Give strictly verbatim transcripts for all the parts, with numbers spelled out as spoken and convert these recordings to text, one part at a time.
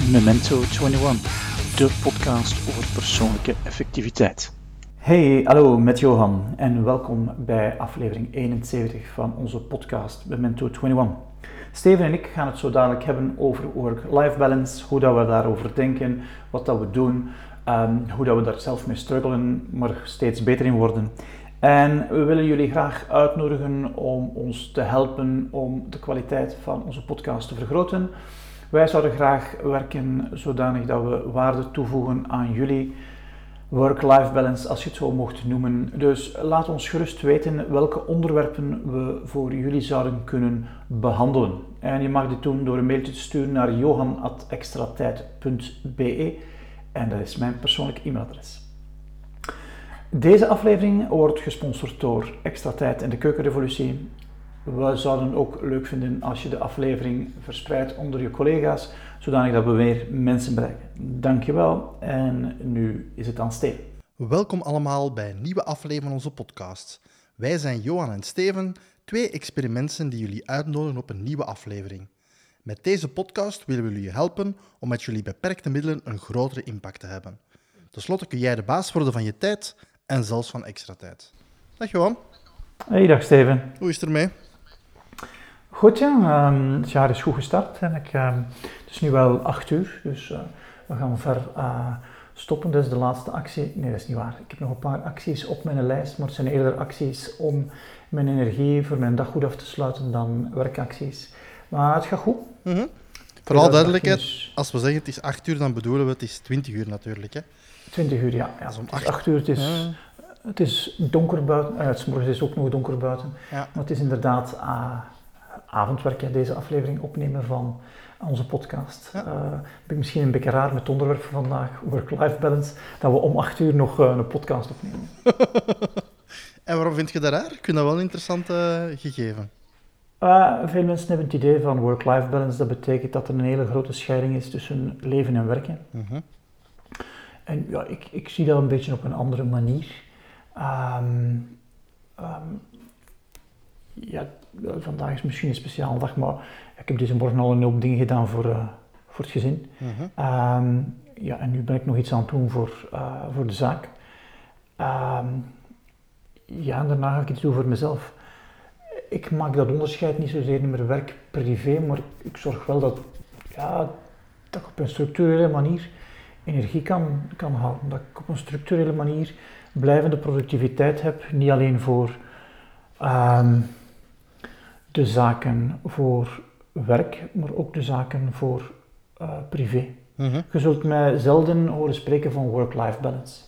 Memento eenentwintig, de podcast over persoonlijke effectiviteit. Hey, hallo met Johan en welkom bij aflevering eenenzeventig van onze podcast Memento eenentwintig. Steven en ik gaan het zo dadelijk hebben over work-life balance, hoe dat we daarover denken, wat dat we doen, um, hoe dat we daar zelf mee struggelen, maar steeds beter in worden. En we willen jullie graag uitnodigen om ons te helpen om de kwaliteit van onze podcast te vergroten. Wij zouden graag werken zodanig dat we waarde toevoegen aan jullie work-life balance, als je het zo mocht noemen. Dus laat ons gerust weten welke onderwerpen we voor jullie zouden kunnen behandelen. En je mag dit doen door een mailtje te sturen naar johan at extratijd punt be en dat is mijn persoonlijk e-mailadres. Deze aflevering wordt gesponsord door Extra Tijd en de Keukenrevolutie. We zouden ook leuk vinden als je de aflevering verspreidt onder je collega's, zodanig dat we weer mensen bereiken. Dankjewel en nu is het aan Steven. Welkom allemaal bij een nieuwe aflevering van onze podcast. Wij zijn Johan en Steven, twee experimenten die jullie uitnodigen op een nieuwe aflevering. Met deze podcast willen we jullie helpen om met jullie beperkte middelen een grotere impact te hebben. Ten slotte kun jij de baas worden van je tijd en zelfs van extra tijd. Dag Johan. Hey, dag Steven. Hoe is het ermee? Goed ja, um, het jaar is goed gestart en ik, um, het is nu wel acht uur, dus uh, we gaan ver uh, stoppen. Dat is de laatste actie. Nee, dat is niet waar. Ik heb nog een paar acties op mijn lijst, maar het zijn eerder acties om mijn energie voor mijn dag goed af te sluiten dan werkacties. Maar het gaat goed. Mm-hmm. Vooral duidelijkheid, is... als we zeggen het is acht uur, dan bedoelen we het is twintig uur natuurlijk. Hè? twintig uur, ja. ja. Dat is om het is acht... acht uur, het is, ja. het is donker buiten. Uh, het is morgens is ook nog donker buiten. Ja. Maar het is inderdaad uh, avondwerk, hè, deze aflevering opnemen van onze podcast. Ja. Uh, ben ik misschien een beetje raar met het onderwerp van vandaag, work-life balance, dat we om acht uur nog uh, een podcast opnemen. En waarom vind je dat raar? Ik vind dat wel een interessant uh, gegeven. Uh, veel mensen hebben het idee van work-life balance, dat betekent dat er een hele grote scheiding is tussen leven en werken. Mm-hmm. En ja, ik, ik zie dat een beetje op een andere manier. Um, um, ja, vandaag is misschien een speciale dag, maar ik heb deze morgen al een hoop dingen gedaan voor, uh, voor het gezin. Mm-hmm. Um, ja, en nu ben ik nog iets aan het doen voor, uh, voor de zaak. Um, ja, en daarna ga ik iets doen voor mezelf. Ik maak dat onderscheid niet zozeer meer werk-privé, maar ik zorg wel dat, ja, dat ik op een structurele manier energie kan, kan houden. Dat ik op een structurele manier blijvende productiviteit heb, niet alleen voor um, de zaken voor werk, maar ook de zaken voor uh, privé. Mm-hmm. Je zult mij zelden horen spreken van work-life balance.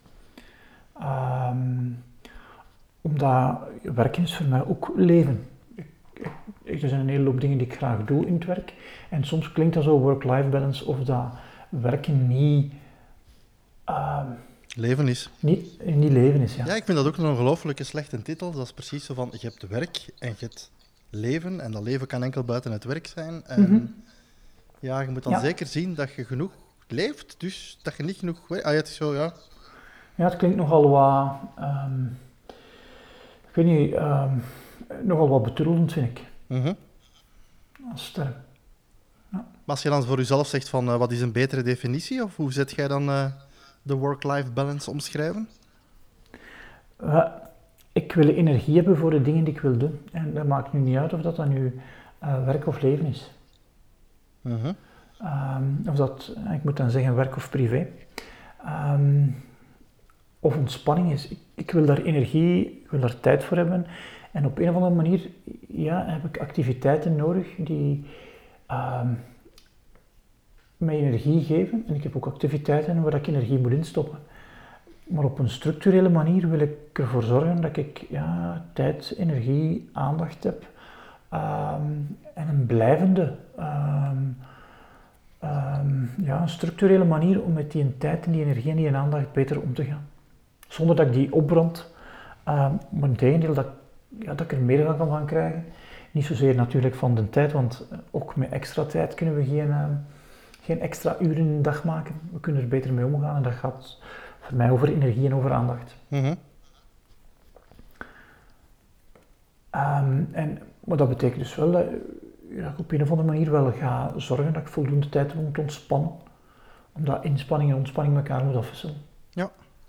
Um, omdat werken is voor mij ook leven. Ik, ik, er zijn een hele hoop dingen die ik graag doe in het werk. En soms klinkt dat zo work-life balance of dat werken niet... Uh, leven is. Niet, niet leven is, ja. Ja, ik vind dat ook een ongelooflijke slechte titel. Dat is precies zo van, je hebt werk en je hebt leven. En dat leven kan enkel buiten het werk zijn. En mm-hmm. ja, je moet dan ja. zeker zien dat je genoeg leeft. Dus dat je niet genoeg... Ah ja, het is zo, ja. Ja, het klinkt nogal wat... Um, ik weet niet, um, nogal wat betroelend, vind ik. Mm-hmm. Als het, uh, ja. Maar als je dan voor jezelf zegt van, uh, wat is een betere definitie? Of hoe zet jij dan uh, de work-life balance omschrijven? Uh, ik wil energie hebben voor de dingen die ik wil doen. En dat maakt nu niet uit of dat dan nu uh, werk of leven is. Mm-hmm. Um, of dat, ik moet dan zeggen, werk of privé. Um, of ontspanning is. Ik, ik wil daar energie, ik wil daar tijd voor hebben. En op een of andere manier ja, heb ik activiteiten nodig die um, mij energie geven. En ik heb ook activiteiten waar ik energie moet instoppen. Maar op een structurele manier wil ik ervoor zorgen dat ik ja, tijd, energie, aandacht heb. Um, en een blijvende, um, um, ja, een structurele manier om met die tijd en die energie en die aandacht beter om te gaan. Zonder dat ik die opbrand, um, maar integendeel dat, ja, dat ik er meer van kan van krijgen. Niet zozeer natuurlijk van de tijd, want ook met extra tijd kunnen we geen, uh, geen extra uren in een dag maken. We kunnen er beter mee omgaan en dat gaat voor mij over energie en over aandacht. Mm-hmm. Um, en, maar dat betekent dus wel dat ja, ik op een of andere manier wel ga zorgen dat ik voldoende tijd heb om te ontspannen. Omdat inspanning en ontspanning elkaar moet afwisselen. Ja.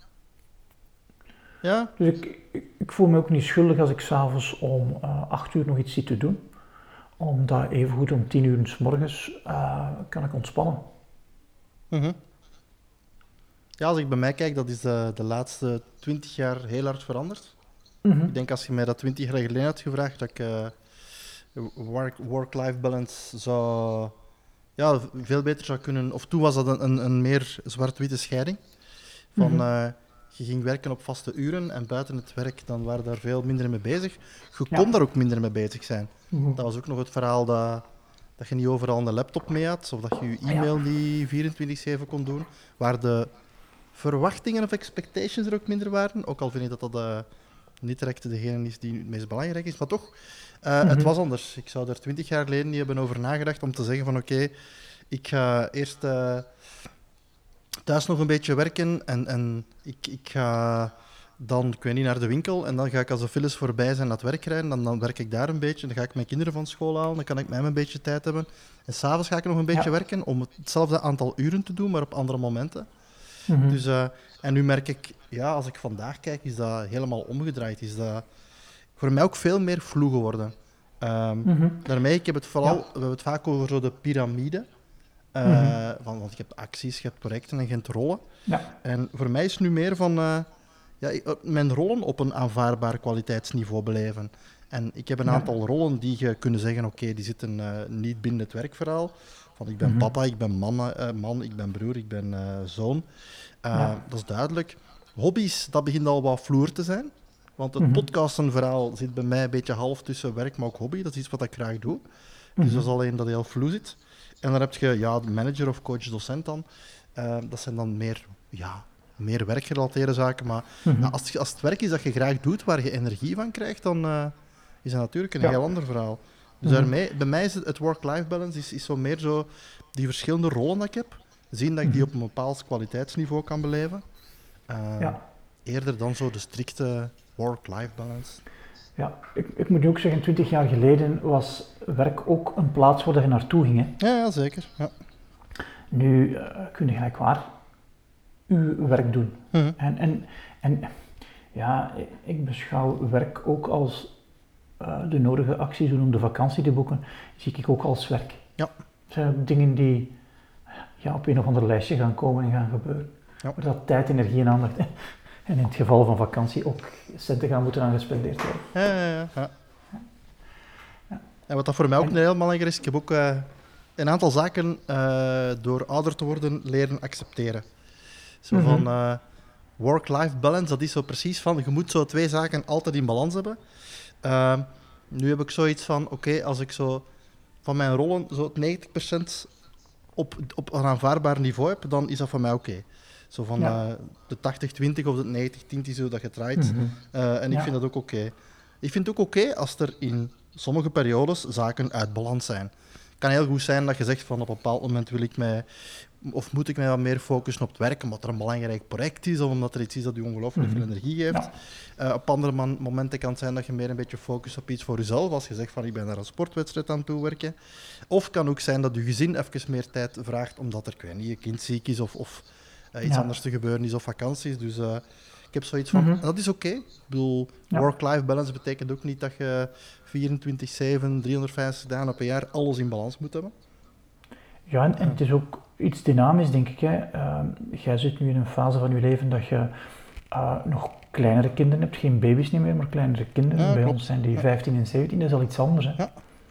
Ja? Dus ik, ik, ik voel me ook niet schuldig als ik s'avonds om uh, acht uur nog iets zit te doen. Omdat evengoed om tien uur 's morgens uh, kan ik ontspannen. Mm-hmm. Ja, als ik bij mij kijk, dat is de, de laatste twintig jaar heel hard veranderd. Mm-hmm. Ik denk als je mij dat twintig jaar geleden had gevraagd, dat ik uh, work, work-life balance zou, ja, veel beter zou kunnen... Of toen was dat een, een, een meer zwart-witte scheiding. Van, mm-hmm. uh, je ging werken op vaste uren en buiten het werk dan waren daar veel minder mee bezig. Je kon ja. daar ook minder mee bezig zijn. Mm-hmm. Dat was ook nog het verhaal dat, dat je niet overal een laptop mee had, of dat je je e-mail ja. niet vierentwintig zeven kon doen, waar de verwachtingen of expectations er ook minder waren. Ook al vind ik dat dat uh, niet direct degene is die het meest belangrijk is, maar toch, uh, mm-hmm. het was anders. Ik zou er twintig jaar geleden niet hebben over nagedacht om te zeggen van oké, okay, ik ga eerst uh, thuis nog een beetje werken en, en ik, ik ga dan, ik weet niet, naar de winkel en dan ga ik als de files voorbij zijn naar het werk rijden, dan, dan werk ik daar een beetje, dan ga ik mijn kinderen van school halen, dan kan ik mij een beetje tijd hebben. En s'avonds ga ik nog een beetje ja. werken om hetzelfde aantal uren te doen, maar op andere momenten. Mm-hmm. Dus, uh, en nu merk ik, ja, als ik vandaag kijk, is dat helemaal omgedraaid. Is dat voor mij ook veel meer vloe geworden. Um, mm-hmm. Daarmee, ik heb het vooral, ja. we hebben het vaak over zo de piramide. Uh, mm-hmm. van, want je hebt acties, je hebt projecten en je hebt rollen. Ja. En voor mij is het nu meer van uh, ja, mijn rollen op een aanvaardbaar kwaliteitsniveau beleven. En ik heb een ja. aantal rollen die je kunnen zeggen, oké, okay, die zitten uh, niet binnen het werkverhaal. Van ik ben mm-hmm. papa, ik ben man, uh, man, ik ben broer, ik ben uh, zoon. Uh, ja. Dat is duidelijk. Hobby's, dat begint al wat vloer te zijn. Want het mm-hmm. podcastenverhaal zit bij mij een beetje half tussen werk, maar ook hobby. Dat is iets wat ik graag doe. Mm-hmm. Dus dat is alleen dat heel vloe zit. En dan heb je ja, manager of coach, docent dan. Uh, dat zijn dan meer, ja, meer werkgerelateerde zaken. Maar mm-hmm. ja, als, als het werk is dat je graag doet, waar je energie van krijgt, dan uh, is dat natuurlijk een ja. heel ander verhaal. Dus mm-hmm. daarmee, bij mij is het, het work-life balance is, is zo meer zo die verschillende rollen dat ik heb. Zien dat ik die op een bepaald kwaliteitsniveau kan beleven. Uh, ja. Eerder dan zo de strikte work-life balance. Ja, ik, ik moet ook zeggen, twintig jaar geleden was werk ook een plaats waar je naartoe ging. Hè? Ja, ja, zeker. Ja. Nu uh, kun je gelijk waar uw werk doen. Mm-hmm. En, en, en ja, ik beschouw werk ook als uh, de nodige acties doen om de vakantie te boeken, zie ik ook als werk. Ja. Het zijn ook dingen die ja, op een of ander lijstje gaan komen en gaan gebeuren. Ja. Waar dat tijd, energie en aandacht en in het geval van vakantie ook centen gaan moeten aan gespendeerd worden. Ja, ja, ja. ja. ja. En wat dat voor mij ook en, heel belangrijk is, ik heb ook uh, een aantal zaken uh, door ouder te worden leren accepteren. Zo mm-hmm. van uh, work-life balance, dat is zo precies van, je moet zo twee zaken altijd in balans hebben. Uh, nu heb ik zoiets van, oké, okay, als ik zo van mijn rollen zo negentig procent op, op een aanvaardbaar niveau heb, dan is dat voor mij oké. Okay. Zo van ja. uh, de tachtig twintig of de negentig tien, zo dat je draait. Mm-hmm. Uh, en ik ja. vind dat ook oké. Okay. Ik vind het ook oké okay als er in sommige periodes zaken uit balans zijn. Het kan heel goed zijn dat je zegt van op een bepaald moment wil ik mij, of moet ik mij wat meer focussen op het werk, omdat er een belangrijk project is, of omdat er iets is dat je ongelooflijk mm-hmm. veel energie geeft. Ja. Uh, op andere man- momenten kan het zijn dat je meer een beetje focust op iets voor jezelf, als je zegt van ik ben naar een sportwedstrijd aan het toewerken. Of het kan ook zijn dat je gezin even meer tijd vraagt, omdat er, ik weet niet, je kind ziek is, of, of uh, iets ja. anders te gebeuren is, of vakanties. Dus uh, ik heb zoiets van, mm-hmm. dat is oké. Okay. Ik bedoel, ja. work-life balance betekent ook niet dat je vierentwintig zeven, driehonderdvijfenzig dagen op een jaar alles in balans moet hebben. Ja, en, en het is ook iets dynamisch, denk ik. Hè. Uh, jij zit nu in een fase van je leven dat je uh, nog kleinere kinderen hebt, geen baby's niet meer, maar kleinere kinderen. Ja, Bij klopt. ons zijn die ja. vijftien en zeventien, dat is al iets anders. Hè. Ja.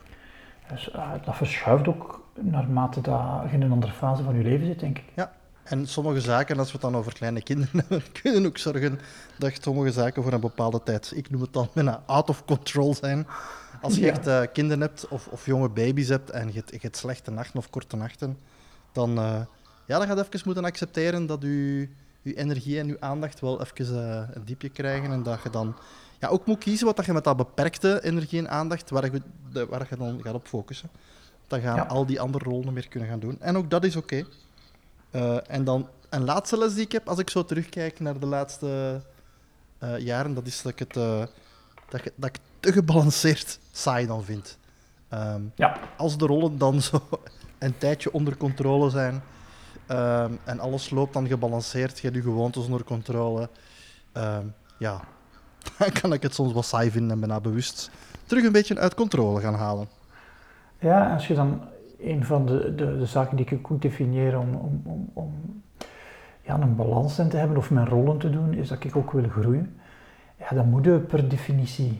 Dus uh, dat verschuift ook naarmate dat je in een andere fase van je leven zit, denk ik. Ja, en sommige zaken, als we het dan over kleine kinderen hebben, kunnen ook zorgen dat sommige zaken voor een bepaalde tijd, ik noem het dan bijna out of control zijn. Als je ja. echt uh, kinderen hebt of, of jonge baby's hebt en je, je hebt slechte nachten of korte nachten, dan, uh, ja, dan ga je even moeten accepteren dat je, je energie en je aandacht wel even uh, een diepje krijgen en dat je dan ja, ook moet kiezen wat je met dat beperkte energie en aandacht, waar je, de, waar je dan gaat op focussen. Dan gaan ja. al die andere rollen meer kunnen gaan doen. En ook dat is oké. Okay. Uh, en dan een laatste les die ik heb, als ik zo terugkijk naar de laatste uh, jaren, dat is dat ik het uh, dat ik, dat ik te gebalanceerd saai dan vind. Um, ja. Als de rollen dan zo een tijdje onder controle zijn um, en alles loopt dan gebalanceerd, je hebt je gewoontes onder controle, um, ja, dan kan ik het soms wat saai vinden en bijna bewust terug een beetje uit controle gaan halen. Ja, als je dan een van de, de, de zaken die ik ook definieer om, om, om, om ja, een balans in te hebben of mijn rollen te doen, is dat ik ook wil groeien. Ja, dan moet je per definitie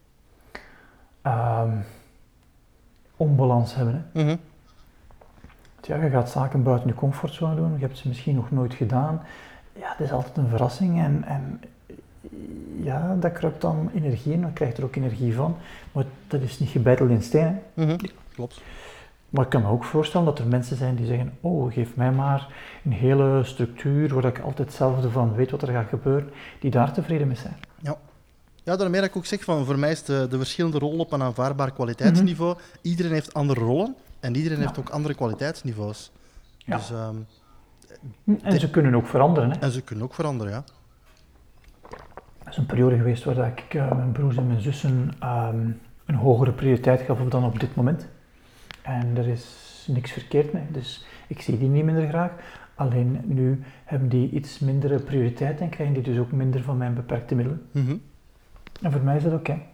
um, onbalans hebben. Hè. Mm-hmm. Ja, je gaat zaken buiten je comfortzone doen, je hebt ze misschien nog nooit gedaan. Ja, dat is altijd een verrassing en, en ja, dat kruipt dan energie in, dan krijg je er ook energie van. Maar dat is niet gebeiteld in steen. Hè. Mm-hmm. Klopt. Maar ik kan me ook voorstellen dat er mensen zijn die zeggen, oh, geef mij maar een hele structuur waar ik altijd hetzelfde van weet wat er gaat gebeuren, die daar tevreden mee zijn. Ja. Ja, daarmee dat ik ook zeg, van, voor mij is de, de verschillende rollen op een aanvaardbaar kwaliteitsniveau. Mm-hmm. Iedereen heeft andere rollen en iedereen ja. heeft ook andere kwaliteitsniveaus. Ja. Dus, um, en de, ze kunnen ook veranderen. Hè? En ze kunnen ook veranderen, ja. Er is een periode geweest waar ik uh, mijn broers en mijn zussen um, een hogere prioriteit gaf dan op dit moment. En er is niks verkeerd mee, dus ik zie die niet minder graag. Alleen nu hebben die iets mindere prioriteit en krijgen die dus ook minder van mijn beperkte middelen. Mm-hmm. En voor mij is dat oké. Okay.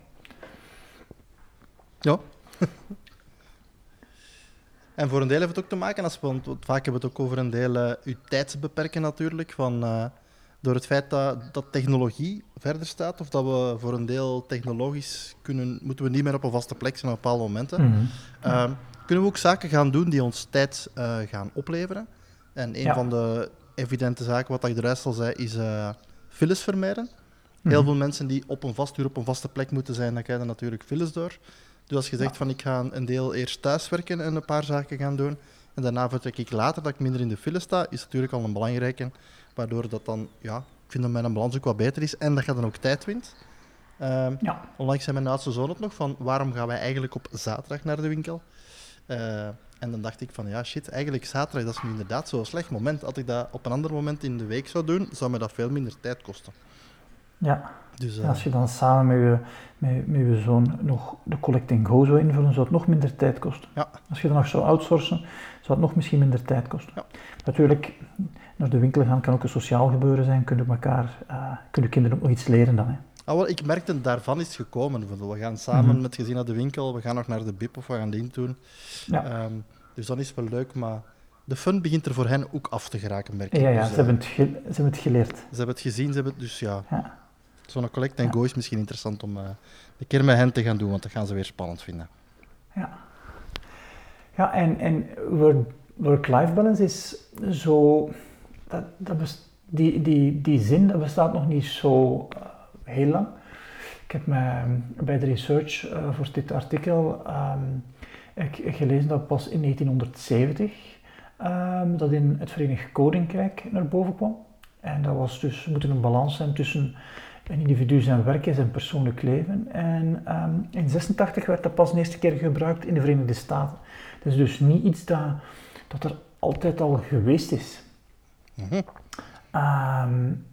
Ja. En voor een deel heeft het ook te maken, als we, want vaak hebben we het ook over een deel uh, uw tijdsbeperken natuurlijk, van, uh, door het feit dat, dat technologie verder staat, of dat we voor een deel technologisch kunnen, moeten we niet meer op een vaste plek zijn op bepaalde momenten. Mm-hmm. Uh, kunnen we ook zaken gaan doen die ons tijd uh, gaan opleveren. En een ja. van de evidente zaken, wat ik eruit al zei, is uh, files vermijden. Heel mm-hmm. veel mensen die op een vast uur op een vaste plek moeten zijn, dan krijg je natuurlijk files door. Dus als je zegt ja. van ik ga een deel eerst thuis werken en een paar zaken gaan doen, en daarna vertrek ik later dat ik minder in de file sta, is natuurlijk al een belangrijke, waardoor dat dan, ja, ik vind dat mijn balans ook wat beter is en dat je dan ook tijd wint. Um, ja. Onlangs zei mijn oudste zoon het nog van waarom gaan wij eigenlijk op zaterdag naar de winkel? Uh, en dan dacht ik van ja shit, eigenlijk zaterdag dat is nu inderdaad zo'n slecht moment. Als ik dat op een ander moment in de week zou doen, zou me dat veel minder tijd kosten. Ja, dus, uh, en als je dan samen met je, met, met je zoon nog de collect and go zou invullen, zou het nog minder tijd kosten. Ja. Als je dan nog zou outsourcen, zou het nog misschien minder tijd kosten. Ja. Natuurlijk, naar de winkel gaan kan ook een sociaal gebeuren zijn, kunnen elkaar, uh, kunnen kinderen ook nog iets leren dan. Hè. Ah, wel, ik merkte daarvan is het gekomen. We gaan samen mm-hmm. met gezin naar de winkel, we gaan nog naar de bib of we gaan die doen. Ja. Um, dus dat is wel leuk, maar de fun begint er voor hen ook af te geraken, merk ik. Ja, ja dus, ze, uh, hebben het ge- ze hebben het geleerd. Ze hebben het gezien, ze hebben het dus ja. ja. Zo'n collect and go is misschien interessant om uh, een keer met hen te gaan doen, want dat gaan ze weer spannend vinden. Ja, ja en, en work-life balance is zo, dat, dat best, die, die, die zin dat bestaat nog niet zo uh, heel lang. Ik heb mij bij de research uh, voor dit artikel um, ik, gelezen dat pas in negentienhonderdzeventig um, dat in het Verenigd Koninkrijk naar boven kwam. En dat was dus, er moet een balans zijn tussen een individu zijn werk en zijn persoonlijk leven. En um, in zesentachtig werd dat pas de eerste keer gebruikt in de Verenigde Staten. Dat is dus niet iets dat, dat er altijd al geweest is. Mm-hmm. Um,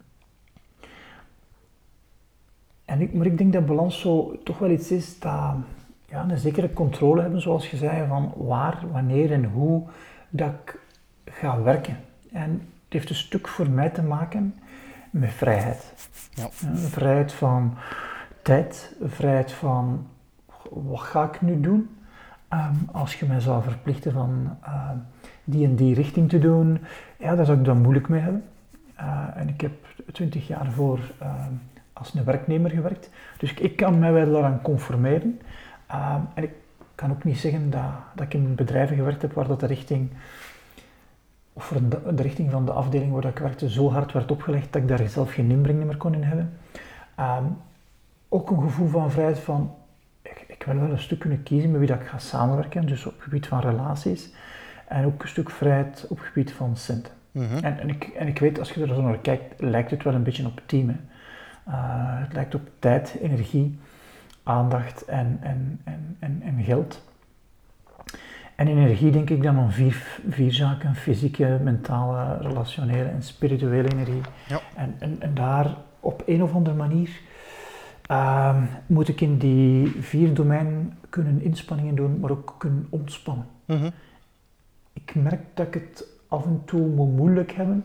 en ik, maar ik denk dat balans zo toch wel iets is dat ja, een zekere controle hebben, zoals je zei, van waar, wanneer en hoe dat ik ga werken. En het heeft een stuk voor mij te maken met vrijheid. Ja. Ja, vrijheid van tijd, vrijheid van wat ga ik nu doen? Um, als je mij zou verplichten van uh, die en die richting te doen, ja, daar zou ik dan moeilijk mee hebben. Uh, en ik heb twintig jaar voor uh, als een werknemer gewerkt, dus ik, ik kan mij wel daaraan conformeren. Uh, en ik kan ook niet zeggen dat, dat ik in bedrijven gewerkt heb waar dat de richting of voor de, de richting van de afdeling waar ik werkte zo hard werd opgelegd dat ik daar zelf geen inbreng meer kon in hebben. Um, ook een gevoel van vrijheid van, ik, ik wil wel een stuk kunnen kiezen met wie dat ik ga samenwerken, dus op het gebied van relaties. En ook een stuk vrijheid op het gebied van centen. Mm-hmm. En, en, ik, en ik weet, als je er zo naar kijkt, lijkt het wel een beetje op team. Hè. Uh, het lijkt op tijd, energie, aandacht en, en, en, en, en geld. En energie denk ik dan om vier, vier zaken, fysieke, mentale, relationele en spirituele energie. Ja. En, en, en daar op een of andere manier uh, moet ik in die vier domeinen kunnen inspanningen doen, maar ook kunnen ontspannen. Mm-hmm. Ik merk dat ik het af en toe moet moeilijk hebben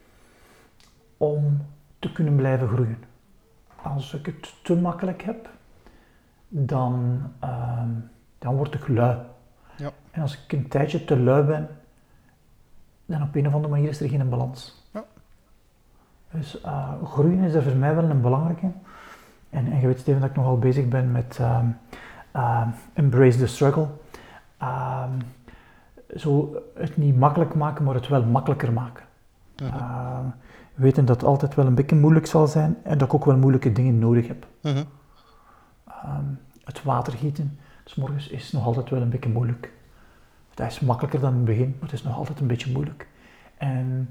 om te kunnen blijven groeien. Als ik het te makkelijk heb, dan, uh, dan word ik lui. Ja. En als ik een tijdje te lui ben, dan op een of andere manier is er geen balans. Ja. Dus uh, groeien is er voor mij wel een belangrijke. En, en je weet Steven dat ik nogal bezig ben met uh, uh, embrace the struggle. Uh, zo het niet makkelijk maken, maar het wel makkelijker maken. Uh-huh. Uh, weten dat het altijd wel een beetje moeilijk zal zijn en dat ik ook wel moeilijke dingen nodig heb. Uh-huh. Uh, het water gieten, 's morgens is nog altijd wel een beetje moeilijk. Dat is makkelijker dan in het begin, maar het is nog altijd een beetje moeilijk. En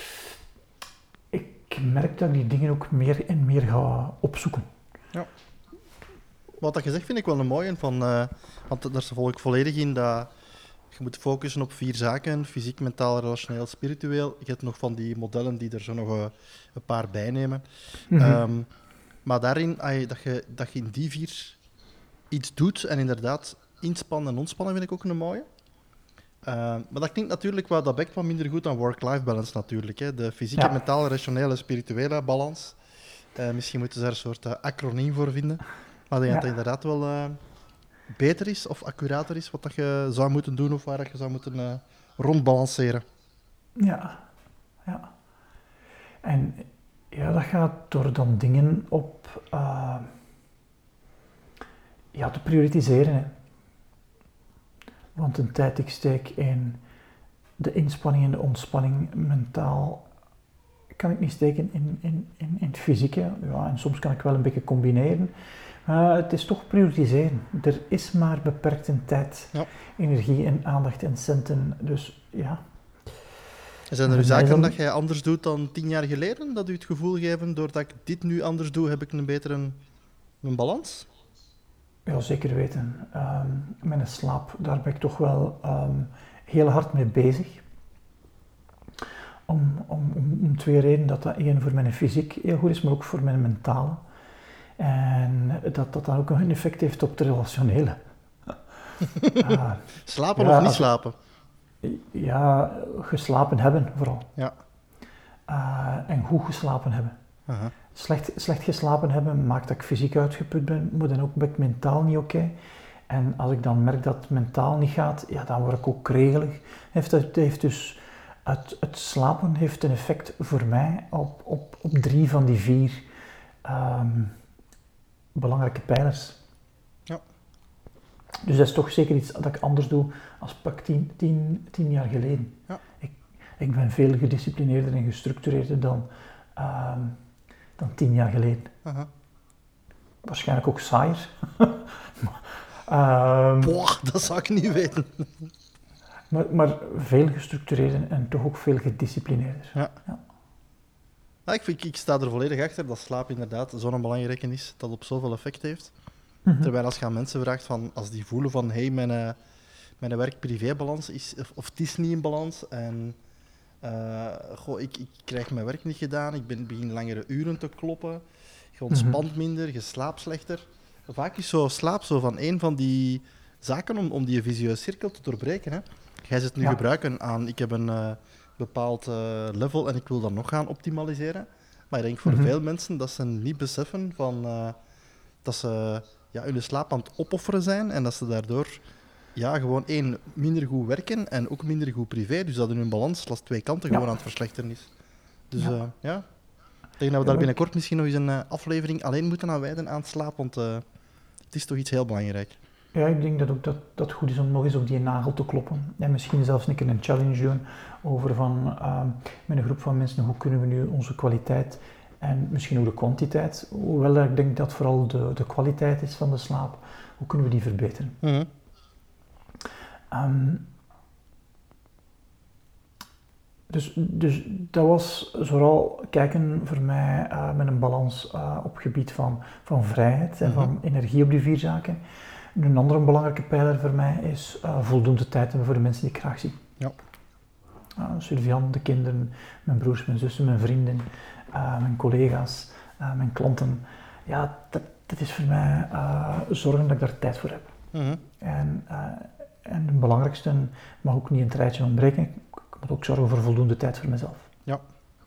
ik merk dat ik die dingen ook meer en meer ga opzoeken. Ja. Wat dat je zegt vind ik wel een mooie, van, uh, want daar volg ik volledig in dat je moet focussen op vier zaken, fysiek, mentaal, relationeel, spiritueel. Je hebt nog van die modellen die er zo nog uh, een paar bij nemen. Mm-hmm. Um, maar daarin, dat je, dat je in die vier iets doet en inderdaad inspannen en ontspannen vind ik ook een mooie. Uh, maar dat klinkt natuurlijk wel, dat bekt wat minder goed dan work-life balance natuurlijk. Hè. De fysieke, ja. mentale, rationele, spirituele balans. Uh, misschien moeten ze daar een soort uh, acroniem voor vinden. Maar ik denk ja. dat het inderdaad wel uh, beter is of accurater is wat dat je zou moeten doen of waar dat je zou moeten uh, rondbalanceren. Ja, ja. En ja, dat gaat door dan dingen op uh, ja, te prioritiseren. Hè. Want een tijd die ik steek in de inspanning en de ontspanning mentaal, kan ik niet steken in, in, in, in het fysieke. Ja, en soms kan ik wel een beetje combineren. Uh, het is toch prioritiseren. Er is maar beperkt een tijd, ja. energie en aandacht en centen. Dus ja. Zijn er nu zaken dan... dat jij anders doet dan tien jaar geleden? Dat u het gevoel geven, doordat ik dit nu anders doe, heb ik een betere een, een balans? Ja, zeker weten. Um, mijn slaap, daar ben ik toch wel um, heel hard mee bezig. Om, om, om, om twee redenen. Dat dat één voor mijn fysiek heel goed is, maar ook voor mijn mentale. En dat dat dan ook een effect heeft op de relationele. uh, slapen ja, of niet als, slapen? Ja, geslapen hebben vooral. Ja. Uh, en goed geslapen hebben. Uh-huh. Slecht, slecht geslapen hebben maakt dat ik fysiek uitgeput ben, maar dan ook ben ik mentaal niet oké. Okay. En als ik dan merk dat het mentaal niet gaat, ja, dan word ik ook regelig. Heeft het heeft dus, het, het slapen heeft een effect voor mij op, op, op drie van die vier um, belangrijke pijlers. Ja. Dus dat is toch zeker iets dat ik anders doe als pak tien, tien, tien jaar geleden. Ja. Ik, ik ben veel gedisciplineerder en gestructureerder dan... Um, dan tien jaar geleden. Uh-huh. Waarschijnlijk ook saaier. um, Boah, dat zou ik niet weten. maar, maar veel gestructureerder en toch ook veel gedisciplineerder. Ja. Ja. Ja, ik, vind, ik sta er volledig achter dat slaap inderdaad zo'n belangrijke is, dat op zoveel effect heeft. Mm-hmm. Terwijl als je aan mensen vraagt, van, als die voelen van hey, mijn, uh, mijn werk-privé-balans is, of, of het is niet in balans en... Uh, goh, ik, ik krijg mijn werk niet gedaan, ik ben, begin langere uren te kloppen, je ontspant minder, je slaapt slechter. Vaak is zo slaap zo van een van die zaken om, om die visieuze cirkel te doorbreken. Hè. Jij zit nu ja. gebruiken aan, ik heb een uh, bepaald uh, level en ik wil dat nog gaan optimaliseren. Maar ik denk voor mm-hmm. veel mensen dat ze niet beseffen van, uh, dat ze ja, hun slaap aan het opofferen zijn en dat ze daardoor... Ja, gewoon één, minder goed werken en ook minder goed privé. Dus dat in hun balans langs twee kanten ja. gewoon aan het verslechteren is. Dus ja, uh, ja. ik denk dat we daar binnenkort misschien nog eens een uh, aflevering alleen moeten aan wijden aan het slaap, want uh, het is toch iets heel belangrijk. Ja, ik denk dat ook dat, dat goed is om nog eens op die nagel te kloppen. En misschien zelfs een keer een challenge doen over van, uh, met een groep van mensen, hoe kunnen we nu onze kwaliteit en misschien ook de kwantiteit, hoewel ik denk dat vooral de, de kwaliteit is van de slaap, hoe kunnen we die verbeteren? Mm-hmm. Um, dus, dus dat was vooral kijken voor mij uh, met een balans uh, op het gebied van, van vrijheid en mm-hmm. van energie op die vier zaken. Een andere belangrijke pijler voor mij is uh, voldoende tijd hebben voor de mensen die ik graag zie. Ja. Uh, Sylvian, de kinderen, mijn broers, mijn zussen, mijn vrienden, uh, mijn collega's, uh, mijn klanten. Ja, dat, dat is voor mij uh, zorgen dat ik daar tijd voor heb. Mm-hmm. En, uh, en het belangrijkste mag ook niet een treitje ontbreken. Ik moet ook zorgen voor voldoende tijd voor mezelf. Ja.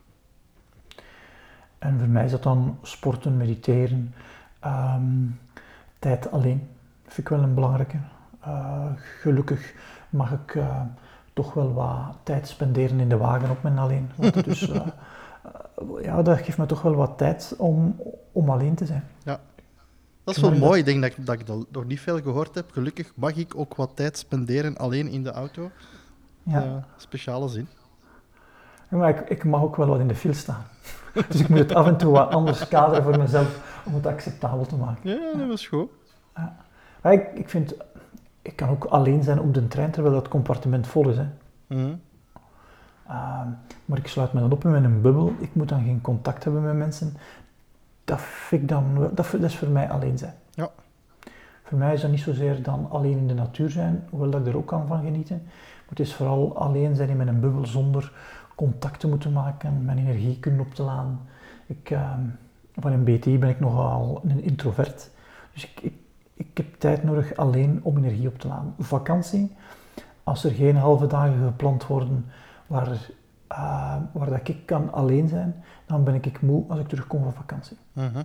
En voor mij is dat dan sporten, mediteren, um, tijd alleen. Dat vind ik wel een belangrijke. Uh, gelukkig mag ik uh, toch wel wat tijd spenderen in de wagen op mijn alleen. Want dus, uh, uh, ja, dat geeft me toch wel wat tijd om, om alleen te zijn. Ja. Dat is wel mooi. Ik denk dat, dat ik dat nog niet veel gehoord heb. Gelukkig mag ik ook wat tijd spenderen alleen in de auto. Ja. Uh, speciale zin. Ja, maar ik, ik mag ook wel wat in de file staan. Dus ik moet het af en toe wat anders kaderen voor mezelf om het acceptabel te maken. Ja, dat was goed. Ja. Maar ik, ik vind, ik kan ook alleen zijn op de trein terwijl dat compartiment vol is. Hè. Mm-hmm. Uh, maar ik sluit me dan op in een bubbel. Ik moet dan geen contact hebben met mensen. Dat, vind ik dan, dat, dat is voor mij alleen zijn. Ja. Voor mij is dat niet zozeer dan alleen in de natuur zijn, hoewel dat ik er ook kan van genieten. Maar het is vooral alleen zijn in mijn bubbel zonder contact te moeten maken, mijn energie kunnen op te laden. Ik, uh, van een B T I ben ik nogal een introvert. Dus ik, ik, ik heb tijd nodig alleen om energie op te laden. Vakantie, als er geen halve dagen gepland worden waar, uh, waar dat ik kan alleen zijn, dan ben ik moe als ik terugkom van vakantie. Mm-hmm.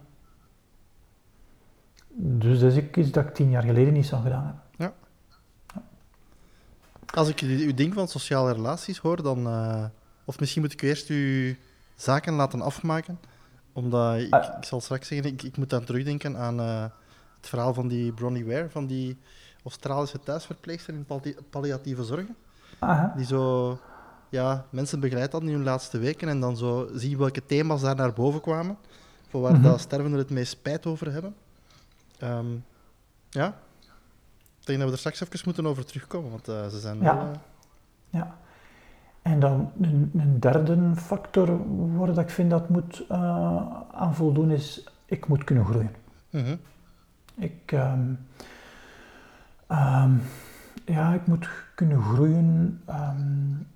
Dus dat is iets dat ik tien jaar geleden niet zou gedaan hebben. Ja. Ja. Als ik uw ding van sociale relaties hoor, dan... Uh, of misschien moet ik eerst uw zaken laten afmaken. Omdat, ik, ah. ik zal straks zeggen, ik, ik moet dan terugdenken aan uh, het verhaal van die Bronnie Ware, van die Australische thuisverpleegster in palli- palliatieve zorgen. Aha. Die zo... Ja, mensen begeleidt dan in hun laatste weken en dan zo zien welke thema's daar naar boven kwamen. Voor waar mm-hmm. de stervenden het meest spijt over hebben. Um, ja, ik denk dat we er straks even moeten over terugkomen, want uh, ze zijn ja. wel... Uh... Ja. En dan een, een derde factor waar dat ik vind dat moet uh, aan voldoen is, ik moet kunnen groeien. Mm-hmm. Ik, um, um, ja, ik moet kunnen groeien. Um,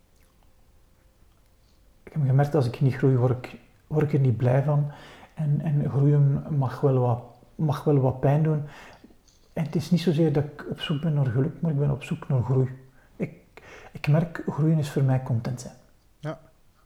ik heb gemerkt dat als ik niet groei, word ik, word ik er niet blij van. En, en groeien mag wel, wat, mag wel wat pijn doen. En het is niet zozeer dat ik op zoek ben naar geluk, maar ik ben op zoek naar groei. Ik, ik merk, groeien is voor mij content zijn. Ja.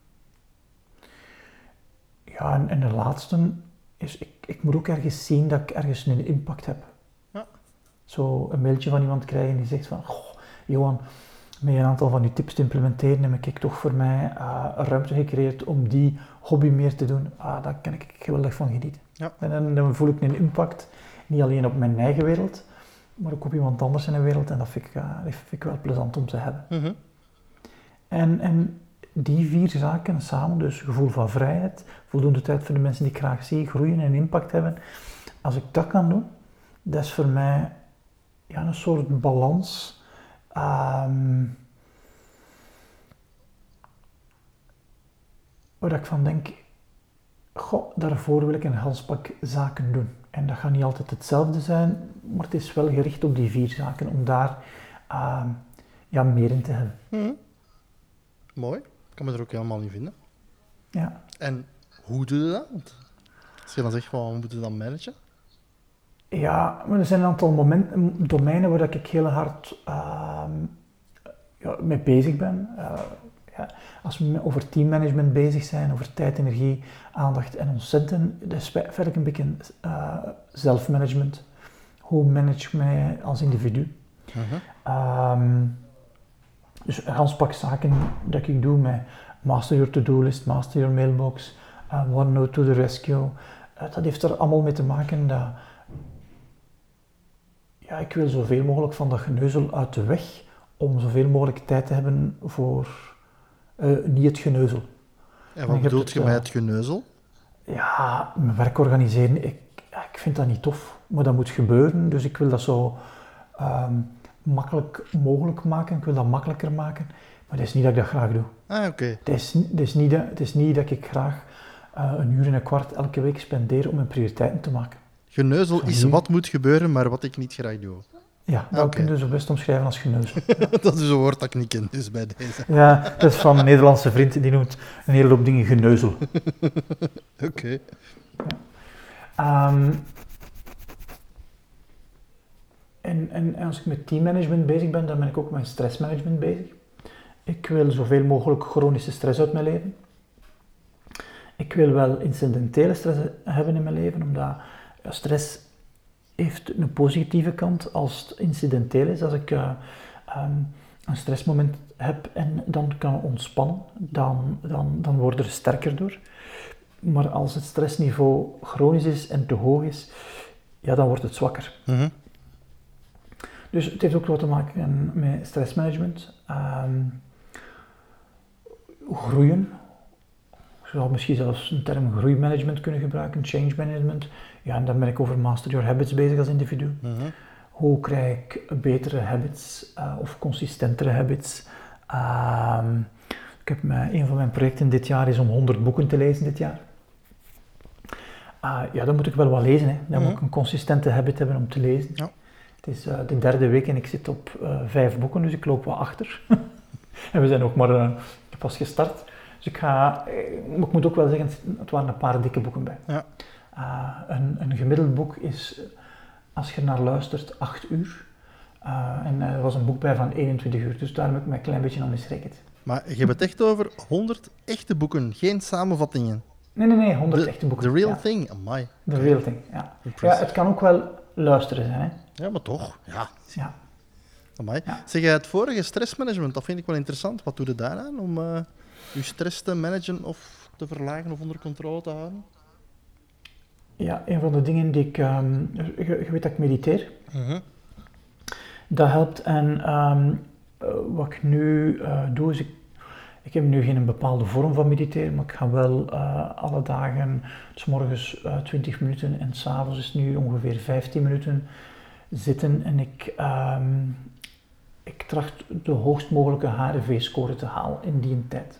Ja, en, en de laatste is, ik, ik moet ook ergens zien dat ik ergens een impact heb. Ja. Zo een mailtje van iemand krijgen die zegt van, goh, Johan, met een aantal van uw tips te implementeren heb ik toch voor mij uh, ruimte gecreëerd om die hobby meer te doen. Ah, daar kan ik geweldig van genieten. Ja. En dan, dan voel ik een impact, niet alleen op mijn eigen wereld, maar ook op iemand anders in de wereld. En dat vind ik, uh, dat vind ik wel plezant om te hebben. Mm-hmm. En, en die vier zaken samen, dus gevoel van vrijheid, voldoende tijd voor de mensen die ik graag zie, groeien en impact hebben. Als ik dat kan doen, dat is voor mij ja, een soort balans. Um, waar ik van denk, goh, daarvoor wil ik een halspak zaken doen. En dat gaat niet altijd hetzelfde zijn, maar het is wel gericht op die vier zaken, om daar uh, ja, meer in te hebben. Mm-hmm. Mooi, ik kan me er ook helemaal in vinden. Ja. En hoe doe je dat? Want als je dan zegt, well, hoe moet je dat managen? Ja, maar er zijn een aantal momenten, domeinen waar ik heel hard uh, ja, mee bezig ben. Uh, ja, als we over teammanagement bezig zijn, over tijd, energie, aandacht en ontzenten, dat is verder een beetje uh, zelfmanagement. Hoe manage ik mij als individu? Uh-huh. Um, dus een handpak zaken dat ik doe met master your to-do list, master your mailbox, uh, OneNote to the rescue. Uh, dat heeft er allemaal mee te maken dat ja, ik wil zoveel mogelijk van dat geneuzel uit de weg om zoveel mogelijk tijd te hebben voor uh, niet het geneuzel. En wat bedoelt je met het geneuzel? Ja, mijn werk organiseren, ik, ja, ik vind dat niet tof, maar dat moet gebeuren, dus ik wil dat zo um, makkelijk mogelijk maken, ik wil dat makkelijker maken, maar het is niet dat ik dat graag doe. Ah, oké. Okay. Het is, het is niet dat, het is niet dat ik graag uh, een uur en een kwart elke week spendeer om mijn prioriteiten te maken. Geneuzel zo is nu... wat moet gebeuren, maar wat ik niet graag doe. Ja, dat ah, okay. kun je zo best omschrijven als geneuzel. Ja. Dat is een woord dat ik niet ken, dus bij deze. Ja, dat is van een Nederlandse vriend, die noemt een hele hoop dingen geneuzel. Oké. Okay. Ja. Um, en, en als ik met teammanagement bezig ben, dan ben ik ook met stressmanagement bezig. Ik wil zoveel mogelijk chronische stress uit mijn leven. Ik wil wel incidentele stress hebben in mijn leven, omdat ja, stress heeft een positieve kant als het incidenteel is. Als ik uh, um, een stressmoment heb en dan kan ontspannen, dan, dan, dan word ik er sterker door. Maar als het stressniveau chronisch is en te hoog is, ja, dan wordt het zwakker. Mm-hmm. Dus het heeft ook wat te maken met stressmanagement. Um, groeien. Ik zou misschien zelfs een term groeimanagement kunnen gebruiken, change management. Ja, en dan ben ik over master your habits bezig als individu. Mm-hmm. Hoe krijg ik betere habits uh, of consistentere habits? Um, ik heb mijn, een van mijn projecten dit jaar is om honderd boeken te lezen dit jaar. Uh, ja, dan moet ik wel wat lezen. Hè. Dan mm-hmm. moet ik een consistente habit hebben om te lezen. Ja. Het is uh, de derde week en ik zit op uh, vijf boeken, dus ik loop wat achter. En we zijn ook maar uh, pas gestart. Dus ik ga, ik moet ook wel zeggen, het waren een paar dikke boeken bij. Ja. Uh, een, een gemiddeld boek is, als je naar luistert, acht uur. Uh, en er was een boek bij van eenentwintig uur, dus daar heb ik me een klein beetje aan misrekend. Maar je hebt het echt over honderd echte boeken, geen samenvattingen? Nee, nee, nee, honderd the, echte boeken. The real ja. thing, amai. The real thing, ja. Ja, het kan ook wel luisteren zijn, hè. Ja, maar toch, ja. Ja. Amai. Ja. Zeg, het vorige stressmanagement, dat vind ik wel interessant. Wat doe je daaraan om uh, je stress te managen of te verlagen of onder controle te houden? Ja, een van de dingen die ik... Um, je, je weet dat ik mediteer. Uh-huh. Dat helpt en um, uh, wat ik nu uh, doe is... Ik, ik heb nu geen bepaalde vorm van mediteren, maar ik ga wel uh, alle dagen, 's morgens uh, twintig minuten en 's avonds is nu ongeveer vijftien minuten zitten en ik... Um, ik tracht de hoogst mogelijke H R V-score te halen in die tijd.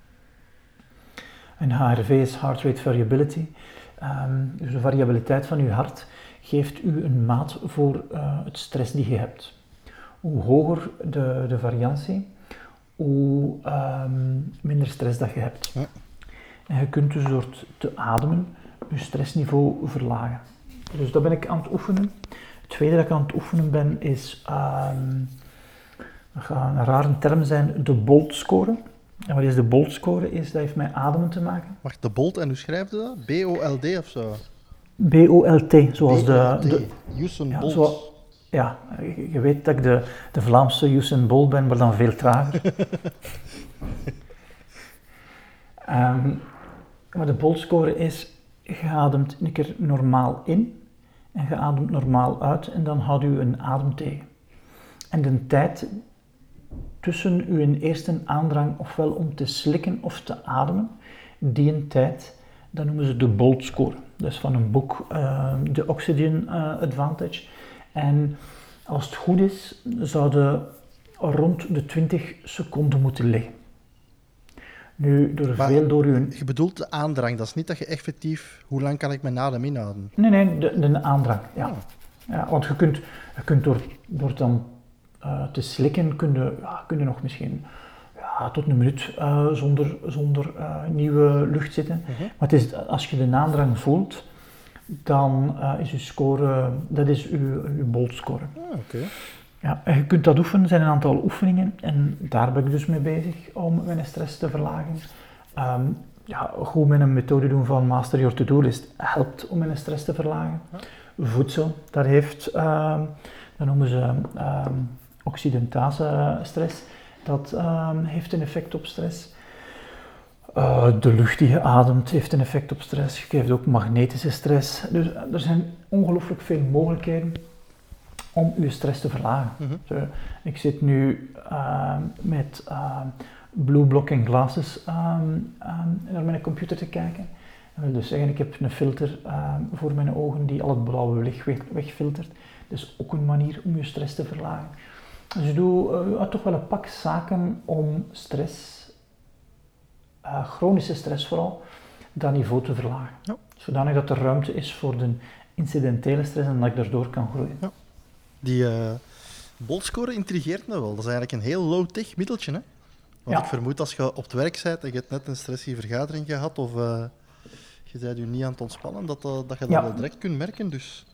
En H R V is Heart Rate Variability. Um, dus de variabiliteit van uw hart geeft u een maat voor uh, het stress die je hebt. Hoe hoger de, de variantie, hoe um, minder stress dat je hebt. Ja. En je kunt dus door te ademen je stressniveau verlagen. Dus dat ben ik aan het oefenen. Het tweede dat ik aan het oefenen ben is... Um, Dat gaat een rare term zijn, de Bolt-score. En wat is de Bolt-score? Is, dat heeft met ademen te maken. Wacht, de Bolt, en hoe schrijf je dat? B O L D of zo? B O L T, zoals B O L T. de... de Usain ja, Bolt. zo, ja, je, je weet dat ik de, de Vlaamse Usain Bolt ben, maar dan veel trager. um, maar de Bolt-score is, je ademt een keer normaal in en je ademt normaal uit en dan houdt u een adem tegen. En de tijd tussen uw eerste aandrang ofwel om te slikken of te ademen, die een tijd, dat noemen ze de Bolt-score. Dat is van een boek, uh, The Oxygen uh, Advantage. En als het goed is, zouden rond de twintig seconden moeten liggen. Nu, door maar veel door uw... Je bedoelt de aandrang, dat is niet dat je effectief, hoe lang kan ik mijn adem inhouden? Nee, nee, de, de aandrang, ja. Oh. Ja, want je kunt, je kunt door, door dan uh, te slikken, kun je, ja, kun je nog misschien ja, tot een minuut uh, zonder, zonder uh, nieuwe lucht zitten. Uh-huh. Maar het is, als je de aandrang voelt, dan uh, is je score, dat is uw, uw Bolt-score. Ah, oké. Okay. Ja, en je kunt dat oefenen, er zijn een aantal oefeningen en daar ben ik dus mee bezig om mijn stress te verlagen. Um, ja, goed met een methode doen van Master Your To-Do-list helpt om mijn stress te verlagen. Ja. Voedsel, daar heeft, um, dat noemen ze um, oxidantase stress, dat um, heeft een effect op stress. Uh, de lucht die je ademt heeft een effect op stress, je krijgt ook magnetische stress. Dus uh, er zijn ongelooflijk veel mogelijkheden om je stress te verlagen. Mm-hmm. Zo, ik zit nu uh, met uh, blue blocking glasses um, um, naar mijn computer te kijken. Dat wil dus zeggen, ik heb een filter uh, voor mijn ogen die al het blauwe licht weg, wegfiltert. Dat is ook een manier om je stress te verlagen. Dus ik doe uh, toch wel een pak zaken om stress, uh, chronische stress vooral, dat niveau te verlagen. Ja. Zodanig dat er ruimte is voor de incidentele stress en dat ik daardoor kan groeien. Ja. Die uh, Bolt-score intrigeert me wel. Dat is eigenlijk een heel low-tech middeltje, hè? Want Ja. ik vermoed als je op het werk bent en je hebt net een stressige vergadering gehad of uh, je bent je niet aan het ontspannen, dat, uh, dat je dat Ja. wel direct kunt merken. Dus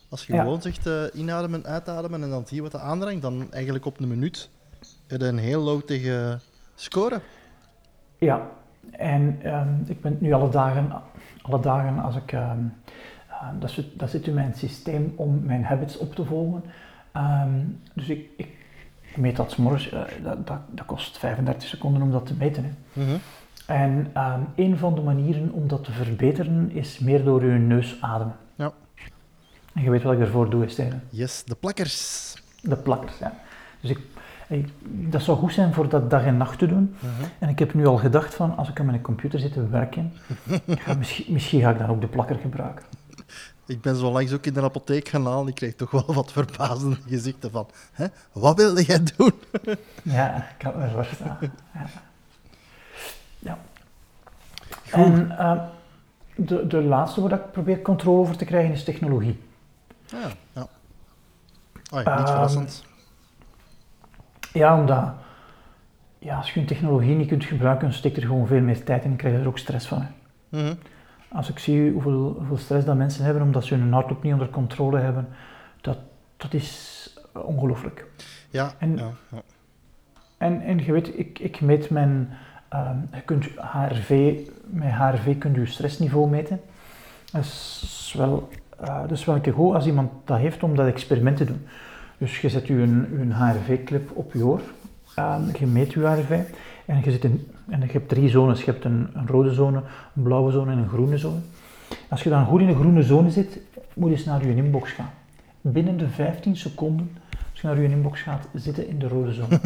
Als je Ja. gewoon zegt uh, inademen, uitademen en dan zie je wat er aandrang, dan eigenlijk op een minuut heb je een heel low-tige score. Ja, en um, ik ben nu alle dagen, alle dagen als ik, um, uh, dat, zit, dat zit in mijn systeem om mijn habits op te volgen. Um, dus ik, ik meet dat 's morgens, uh, dat, dat, dat kost vijfendertig seconden om dat te meten. Hè. Mm-hmm. En um, een van de manieren om dat te verbeteren is meer door je neus ademen. Ja. En je weet wat ik ervoor doe, Steven. Yes, de plakkers. De plakkers, ja. Dus ik, ik, dat zou goed zijn voor dat dag en nacht te doen. Uh-huh. En ik heb nu al gedacht van, als ik aan mijn computer zit te werken, ga, misschien, misschien ga ik dan ook de plakker gebruiken. Ik ben zo langs ook in de apotheek gaan halen. Ik kreeg toch wel wat verbazende gezichten van, hè? Wat wilde jij doen? Ja, ik kan het me voorstellen. Ja. Ja. Goed. En uh, de, de laatste waar ik probeer controle over te krijgen is technologie. Ja, ja. Oh, ja, niet Um, verrassend. Ja, omdat ja, als je een technologie niet kunt gebruiken, steekt er gewoon veel meer tijd in en krijg je er ook stress van. Hè. Mm-hmm. Als ik zie hoeveel, hoeveel stress dat mensen hebben omdat ze hun hart ook niet onder controle hebben, dat, dat is ongelooflijk. Ja, En, ja, ja. en, en je weet, ik, ik meet mijn, um, je kunt H R V, met H R V kun je je stressniveau meten. Dat is wel, uh, dat is wel een keer goed als iemand dat heeft om dat experiment te doen. Dus je zet je een, een H R V-clip op je oor, um, je meet je H R V en je, zit in, en je hebt drie zones. Je hebt een, een rode zone, een blauwe zone en een groene zone. Als je dan goed in de groene zone zit, moet je eens naar je inbox gaan. Binnen de vijftien seconden, als je naar je inbox gaat, zitten in de rode zone.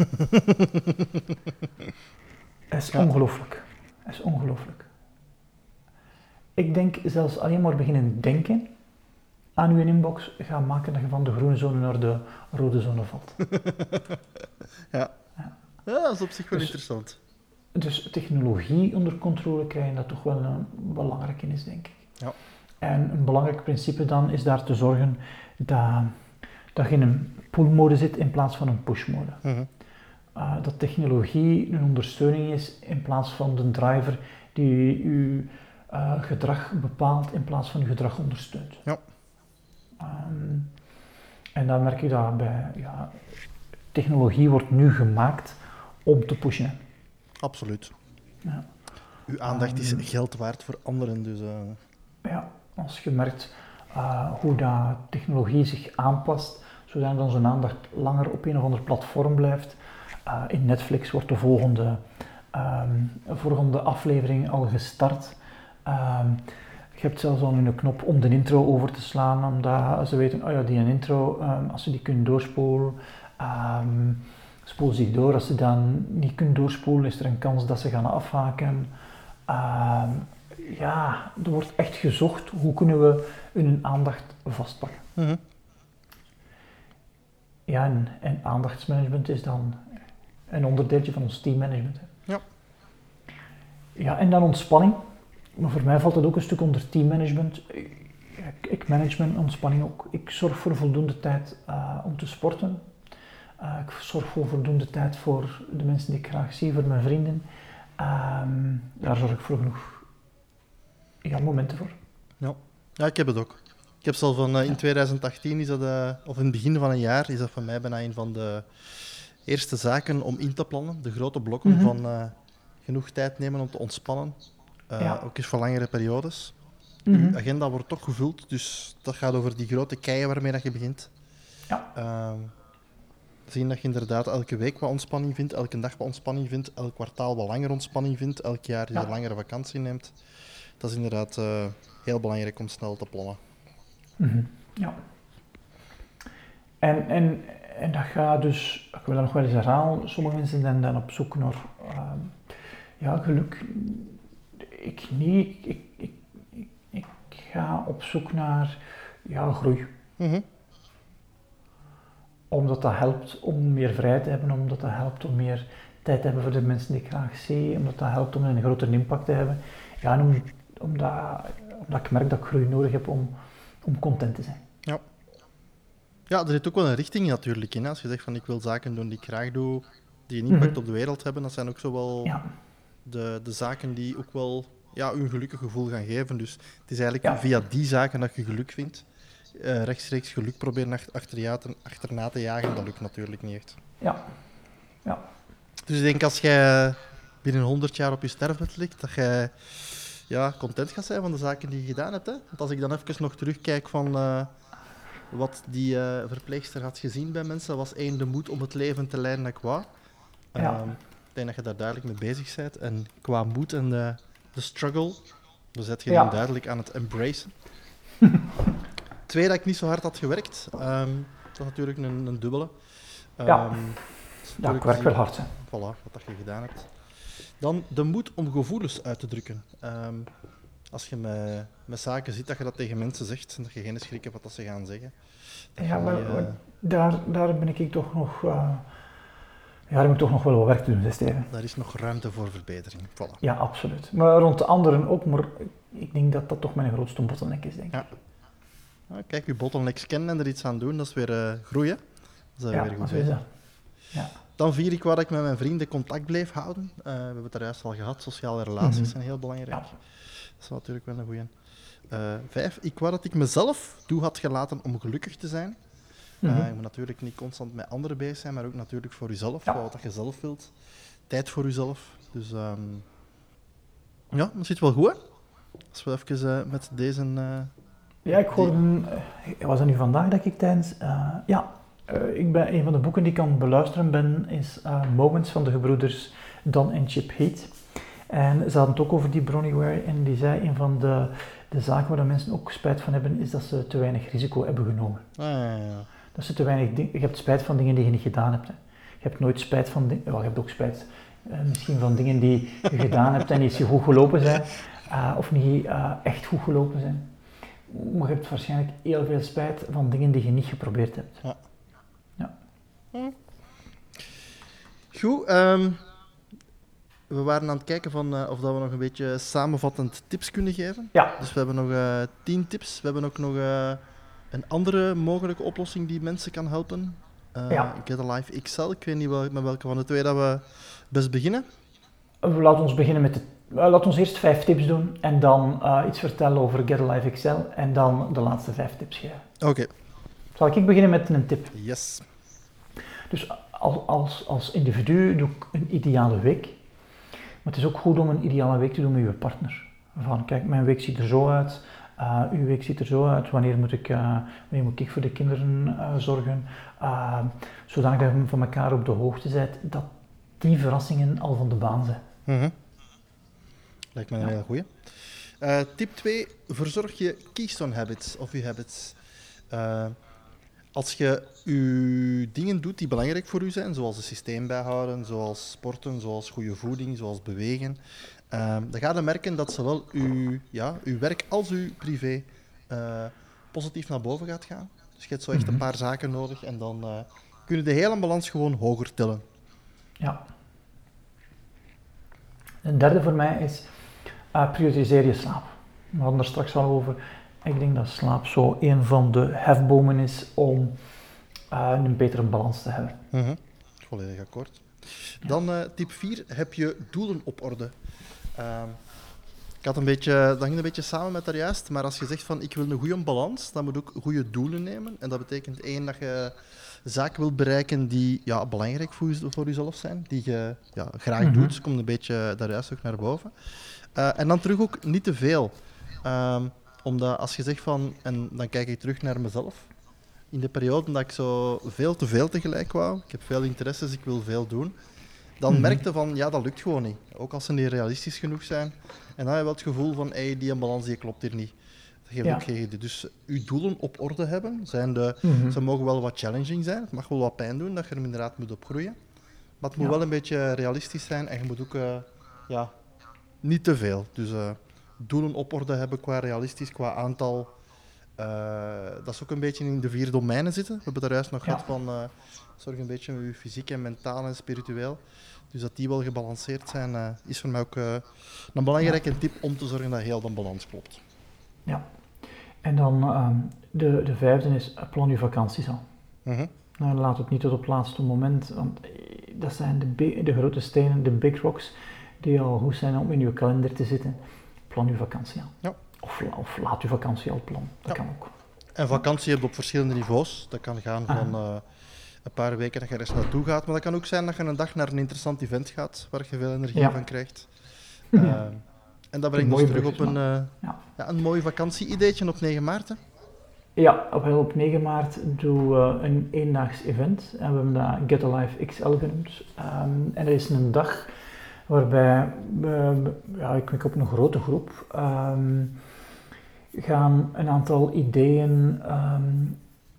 Het is Ja. ongelooflijk. Het is ongelooflijk. Ik denk zelfs alleen maar beginnen denken aan je inbox gaat maken dat je van de groene zone naar de rode zone valt. Ja. Ja. Ja, dat is op zich wel Dus- interessant. Dus technologie onder controle krijgen, dat toch wel een belangrijke is, denk ik. Ja. En een belangrijk principe dan is daar te zorgen dat, dat je in een pull-mode zit in plaats van een push-mode. Mm-hmm. Uh, dat technologie een ondersteuning is in plaats van de driver die je uh, gedrag bepaalt in plaats van je gedrag ondersteunt. Ja. Um, en dan merk je dat bij ja, technologie wordt nu gemaakt om te pushen. Hè. Absoluut. Ja. Uw aandacht is Um, geld waard voor anderen, dus... Uh... Ja, als je merkt uh, hoe dat technologie zich aanpast, zodat dan zijn aandacht langer op een of ander platform blijft. Uh, in Netflix wordt de volgende, um, volgende aflevering al gestart. Um, je hebt zelfs al een knop om de intro over te slaan, omdat ze weten, oh ja, die een intro, um, als ze die kunnen doorspoelen, um, spoelen ze die door. Als ze dan niet kunnen doorspoelen, is er een kans dat ze gaan afhaken. Um, Ja, er wordt echt gezocht hoe kunnen we hun aandacht vastpakken. Mm-hmm. Ja, en, en aandachtsmanagement is dan een onderdeeltje van ons teammanagement. Hè. Ja. Ja, en dan ontspanning. Maar voor mij valt dat ook een stuk onder teammanagement. Ik, ik manage mijn ontspanning ook. Ik zorg voor voldoende tijd uh, om te sporten. Uh, ik zorg voor voldoende tijd voor de mensen die ik graag zie, voor mijn vrienden. Um, daar zorg ik voor genoeg ja, momenten voor. Ja. Ja, ik heb het ook. Ik heb zelf van uh, in Ja. twintig achttien, is dat, uh, of in het begin van een jaar, is dat voor mij bijna een van de eerste zaken om in te plannen. De grote blokken Mhm. van uh, genoeg tijd nemen om te ontspannen. Uh, Ja. Ook eens voor langere periodes. Mhm. Uw agenda wordt toch gevuld, dus dat gaat over die grote keien waarmee dat je begint. Ja. Uh, zien dat je inderdaad elke week wat ontspanning vindt, elke dag wat ontspanning vindt, elk kwartaal wat langer ontspanning vindt, elk jaar je Ja. langere vakantie neemt. Dat is inderdaad uh, heel belangrijk om snel te plannen. Mm-hmm. Ja. En, en, en dat gaat dus, ik wil dat nog wel eens herhalen, sommige mensen zijn dan op zoek naar uh, ja, geluk. Ik niet, ik, ik, ik, ik ga op zoek naar ja, groei. Mm-hmm. Omdat dat helpt om meer vrijheid te hebben, omdat dat helpt om meer tijd te hebben voor de mensen die ik graag zie, omdat dat helpt om een grotere impact te hebben. Ja, en om, omdat, omdat ik merk dat ik groei nodig heb om, om content te zijn. Ja. Ja, er zit ook wel een richting natuurlijk in. Als je zegt van ik wil zaken doen die ik graag doe, die een impact Mhm. op de wereld hebben, dat zijn ook zo wel Ja. de, de zaken die ook wel ja, u een gelukkig gevoel gaan geven. Dus het is eigenlijk Ja. via die zaken dat je geluk vindt. uh, rechtstreeks geluk proberen ach- achterna, te, achterna te jagen, dat lukt natuurlijk niet echt. Ja. Ja. Dus ik denk als jij binnen honderd jaar op je sterfbed ligt, dat jij ja, content gaat zijn van de zaken die je gedaan hebt. Hè? Want als ik dan even nog terugkijk van uh, wat die uh, verpleegster had gezien bij mensen, was één, de moed om het leven te leiden dat ik wou. Ja. Um, ik denk dat je daar duidelijk mee bezig bent. En qua moed en de, de struggle, dan zet je ja. die duidelijk aan het embracen. Twee, dat ik niet zo hard had gewerkt. Um, dat is natuurlijk een, een dubbele. Um, ja. ja, ik werk wel hard. Hè. Voilà, wat dat je gedaan hebt. Dan de moed om gevoelens uit te drukken. Um, als je met, met zaken ziet dat je dat tegen mensen zegt en dat je geen schrik hebt wat ze gaan zeggen. Ja, maar uh... daar, daar ben ik toch nog... Uh... Ja, daar heb ik toch nog wel wat werk te doen, hè, Steven. Daar is nog ruimte voor verbetering. Voilà. Ja, absoluut. Maar rond de anderen ook, maar ik denk dat dat toch mijn grootste bottleneck is, denk ik. Ja. Nou, kijk, je bottlenecks kennen en er iets aan doen, dat is weer uh, groeien. Dat is ja, weer goed. Dat is dat. Ja. Dan vier ik waar ik met mijn vrienden contact bleef houden. Uh, we hebben het daar juist al gehad, sociale relaties mm-hmm. zijn heel belangrijk. Ja. Dat is natuurlijk wel een goeie. Uh, vijf, ik wou dat ik mezelf toe had gelaten om gelukkig te zijn. Mm-hmm. Uh, je moet natuurlijk niet constant met anderen bezig zijn, maar ook natuurlijk voor jezelf, ja. wat je zelf wilt. Tijd voor jezelf. Dus um, ja, dat zit wel goed, hè? Als we even uh, met deze... Uh, ja, ik hoorde... Die... Was dat nu vandaag dat ik tijdens... Uh, ja, uh, ik ben, een van de boeken die ik aan het beluisteren ben, is uh, Moments van de gebroeders Don en Chip Heath. En ze hadden het ook over die Bronnie Ware en die zei, een van de, de zaken waar de mensen ook spijt van hebben, is dat ze te weinig risico hebben genomen. Ah, ja, ja. Dat ze te weinig ding, je hebt spijt van dingen die je niet gedaan hebt. Hè. Je hebt nooit spijt van dingen, well, je hebt ook spijt uh, misschien van dingen die je gedaan hebt en die goed gelopen zijn, uh, of niet uh, echt goed gelopen zijn. Maar je hebt waarschijnlijk heel veel spijt van dingen die je niet geprobeerd hebt. Ja. Ja. Hm. Goed, um, we waren aan het kijken van, uh, of dat we nog een beetje samenvattend tips kunnen geven. Ja. Dus we hebben nog uh, tien tips. We hebben ook nog uh, een andere mogelijke oplossing die mensen kan helpen. Uh, ja. Get Alive X L. Ik weet niet wel, met welke van de twee dat we best beginnen. Laten we beginnen met de... Uh, laat ons eerst vijf tips doen en dan uh, iets vertellen over Get Alive X L en dan de laatste vijf tips geven. Oké. Okay. Zal ik beginnen met een tip? Yes. Dus als, als, als individu doe ik een ideale week. Maar het is ook goed om een ideale week te doen met je partner. Van, kijk, mijn week ziet er zo uit, uh, uw week ziet er zo uit, wanneer moet ik, uh, wanneer moet ik voor de kinderen uh, zorgen, uh, zodanig dat je van elkaar op de hoogte bent, dat die verrassingen al van de baan zijn. Mm-hmm. Lijkt me een ja. hele goeie. Uh, tip twee, verzorg je keystone habits of je habits. Uh, als je je dingen doet die belangrijk voor u zijn, zoals een systeem bijhouden, zoals sporten, zoals goede voeding, zoals bewegen, uh, dan ga je merken dat zowel uw, ja, uw werk als uw privé uh, positief naar boven gaat gaan. Dus je hebt zo echt mm-hmm. een paar zaken nodig en dan uh, kun je de hele balans gewoon hoger tillen. Ja. Een derde voor mij is uh, prioritiseer je slaap. We hadden er straks al over. Ik denk dat slaap zo een van de hefbomen is om uh, een betere balans te hebben. Mm-hmm. Volledig akkoord. Ja. Dan uh, tip vier, heb je doelen op orde. Uh, ik had een beetje, dat ging een beetje samen met daar juist, maar als je zegt van ik wil een goede balans, dan moet je ook goede doelen nemen. En dat betekent één, dat je zaken wilt bereiken die ja, belangrijk voor, je, voor jezelf zijn, die je ja, graag mm-hmm. doet. Dus komt een beetje daar juist ook naar boven. Uh, en dan terug ook niet te veel. Uh, Omdat als je zegt van, en dan kijk ik terug naar mezelf, in de periode dat ik zo veel te veel tegelijk wou, ik heb veel interesses, ik wil veel doen, dan mm-hmm. merkte van, ja, dat lukt gewoon niet. Ook als ze niet realistisch genoeg zijn. En dan heb je wel het gevoel van, hey, die balans die klopt hier niet. Dat geeft ja. ook geen idee. Dus je doelen op orde hebben, zijn de, mm-hmm. ze mogen wel wat challenging zijn, het mag wel wat pijn doen, dat je er inderdaad moet op groeien. Maar het moet ja. wel een beetje realistisch zijn en je moet ook, uh, ja, niet te veel. Dus... Uh, doelen op orde hebben qua realistisch, qua aantal. Uh, dat is ook een beetje in de vier domeinen zitten. We hebben daar juist nog ja. gehad van, uh, zorg een beetje met je fysiek en mentaal en spiritueel. Dus dat die wel gebalanceerd zijn, uh, is voor mij ook uh, een belangrijke ja. tip om te zorgen dat heel de balans klopt. Ja, en dan um, de, de vijfde is, plan je vakanties al. Mm-hmm. Nou, laat het niet tot op het laatste moment, want dat zijn de, be- de grote stenen, de big rocks, die al goed zijn om in je kalender te zitten. Plan je vakantie aan. Ja. Of, of laat je vakantie al plannen. Dat ja. kan ook. En vakantie heb je op verschillende niveaus. Dat kan gaan van uh, een paar weken dat je ergens naartoe gaat, maar dat kan ook zijn dat je een dag naar een interessant event gaat, waar je veel energie ja. van krijgt. Uh, ja. En dat brengt ons terug op een, uh, ja. Ja, een mooi vakantie-ideetje op negen maart. Hè? Ja, op, op negen maart doen we een eendaags event. En we hebben dat Get Alive X L genoemd. Um, en dat is een dag waarbij we, ja, ik denk op een grote groep, um, gaan een aantal ideeën, um,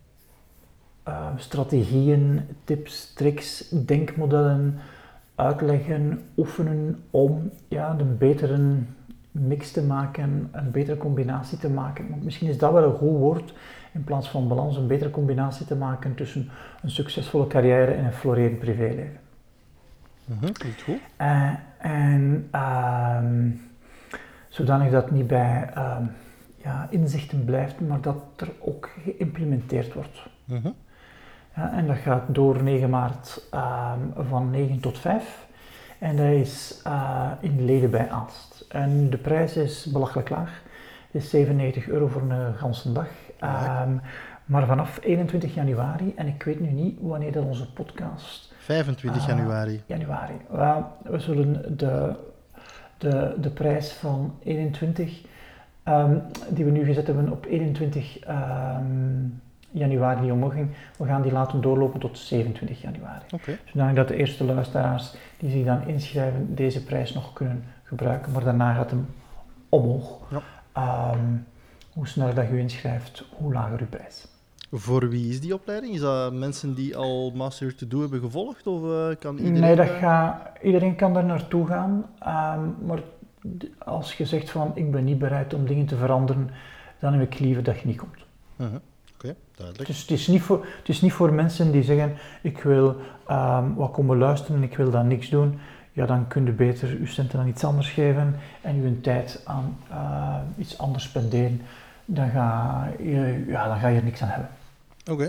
uh, strategieën, tips, tricks, denkmodellen uitleggen, oefenen om ja, een betere mix te maken, een betere combinatie te maken. Want misschien is dat wel een goed woord, in plaats van balans, een betere combinatie te maken tussen een succesvolle carrière en een florerend privéleven. Mm-hmm, klinkt goed. Uh, en um, zodanig dat het niet bij um, ja, inzichten blijft, maar dat er ook geïmplementeerd wordt. Mm-hmm. Ja, en dat gaat door negen maart um, van negen tot vijf. En dat is uh, in Leden bij Aalst. En de prijs is belachelijk laag. Het is zevenennegentig euro voor een ganse dag. Um, maar vanaf eenentwintig januari, en ik weet nu niet wanneer dat onze podcast... vijfentwintig januari. Uh, januari. Uh, we zullen de, de, de prijs van eenentwintig, um, die we nu gezet hebben op eenentwintig um, januari die omhoog ging, we gaan die laten doorlopen tot zevenentwintig januari. Okay. Zodanig dat de eerste luisteraars die zich dan inschrijven deze prijs nog kunnen gebruiken, maar daarna gaat hem omhoog. Ja. Um, hoe sneller dat je je inschrijft, hoe lager je prijs. Voor wie is die opleiding? Is dat mensen die al Master to Do hebben gevolgd? Of uh, kan iedereen... Nee, dat ga, iedereen kan daar naartoe gaan. Um, maar als je zegt van ik ben niet bereid om dingen te veranderen, dan heb ik liever dat je niet komt. Uh-huh. Oké, okay, duidelijk. Dus het is niet voor, het is niet voor mensen die zeggen ik wil um, wat komen luisteren en ik wil dan niks doen. Ja, dan kun je beter je centen aan iets anders geven en je tijd aan uh, iets anders spenderen. Dan ga je, ja, dan ga je er niks aan hebben. Oké. Okay.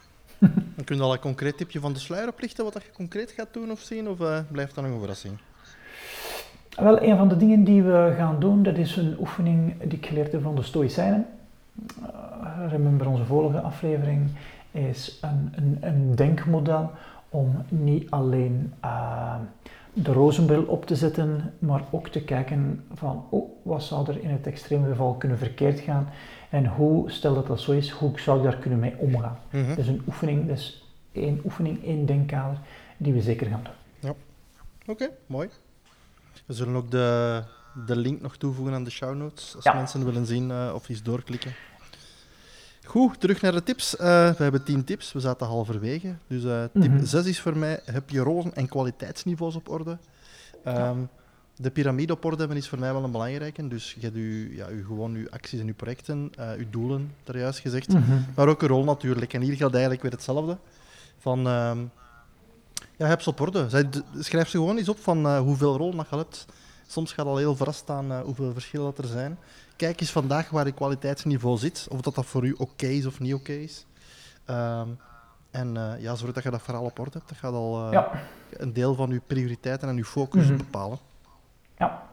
Dan kun je al een concreet tipje van de sluier oplichten, wat je concreet gaat doen of zien, of uh, blijft dat nog een verrassing? Wel, een van de dingen die we gaan doen, dat is een oefening die ik geleerd heb van de Stoïcijnen. Uh, remember, onze vorige aflevering is een, een, een denkmodel om niet alleen uh, de rozenbril op te zetten, maar ook te kijken van oh, wat zou er in het extreme geval kunnen verkeerd gaan en hoe, stel dat dat zo is, hoe zou ik daar kunnen mee omgaan. Mm-hmm. Dat is een oefening, dat is één oefening, één denkkader die we zeker gaan doen. Ja, oké, okay, mooi. We zullen ook de, de link nog toevoegen aan de show notes, als ja. mensen willen zien uh, of eens doorklikken. Goed, terug naar de tips. Uh, we hebben tien tips, we zaten halverwege. Dus uh, tip mm-hmm. zes is voor mij, heb je rollen en kwaliteitsniveaus op orde. Um, ja. De piramide op orde hebben is voor mij wel een belangrijke. Dus je hebt je, ja, je, gewoon je acties en je projecten, uh, je doelen, daar juist gezegd. Mm-hmm. Maar ook een rol natuurlijk. En hier geldt eigenlijk weer hetzelfde. Van, um, ja, heb ze op orde. Zij, schrijf ze gewoon eens op van uh, hoeveel rollen dat je hebt. Soms gaat al heel verrast staan uh, hoeveel verschillen dat er zijn. Kijk eens vandaag waar je kwaliteitsniveau zit, of dat, dat voor u oké okay is of niet oké okay is. Um, en uh, ja, zorg dat je dat vooral op orde hebt. Dat gaat al uh, ja. een deel van je prioriteiten en je focus mm-hmm. bepalen. Ja.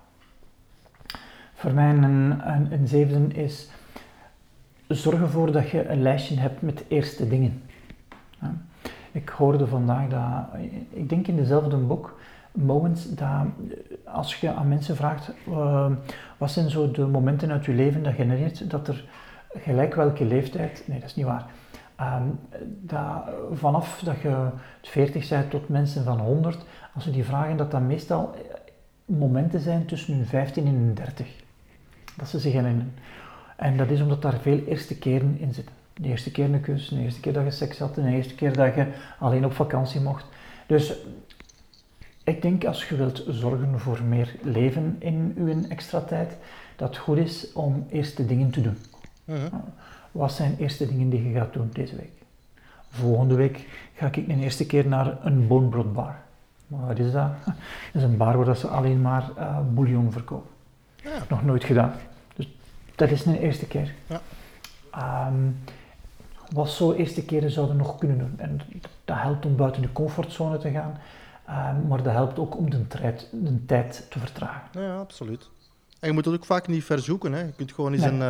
Voor mij een, een, een zevende is, zorg ervoor dat je een lijstje hebt met eerste dingen. Ja. Ik hoorde vandaag dat, ik denk in dezelfde boek, Moments, dat als je aan mensen vraagt uh, wat zijn zo de momenten uit je leven dat genereert dat er gelijk welke leeftijd, nee dat is niet waar, um, dat vanaf dat je veertig bent tot mensen van honderd, als ze die vragen dat dat meestal momenten zijn tussen hun vijftien en hun dertig, dat ze zich herinneren. En dat is omdat daar veel eerste keren in zitten. De eerste keer een kus, de eerste keer dat je seks had, de eerste keer dat je alleen op vakantie mocht. Dus ik denk als je wilt zorgen voor meer leven in je extra tijd, dat het goed is om eerste dingen te doen. Uh-huh. Wat zijn eerste dingen die je gaat doen deze week? Volgende week ga ik een eerste keer naar een bonebroodbar. Wat is dat? Dat is een bar waar ze alleen maar uh, bouillon verkopen. Ja. Nog nooit gedaan. Dus dat is een eerste keer. Ja. Um, wat zo eerste keren zouden nog kunnen doen. En dat helpt om buiten de comfortzone te gaan. Um, maar dat helpt ook om de tijd, de tijd te vertragen. Ja, absoluut. En je moet het ook vaak niet verzoeken. Hè. Je kunt gewoon eens nee. een, uh,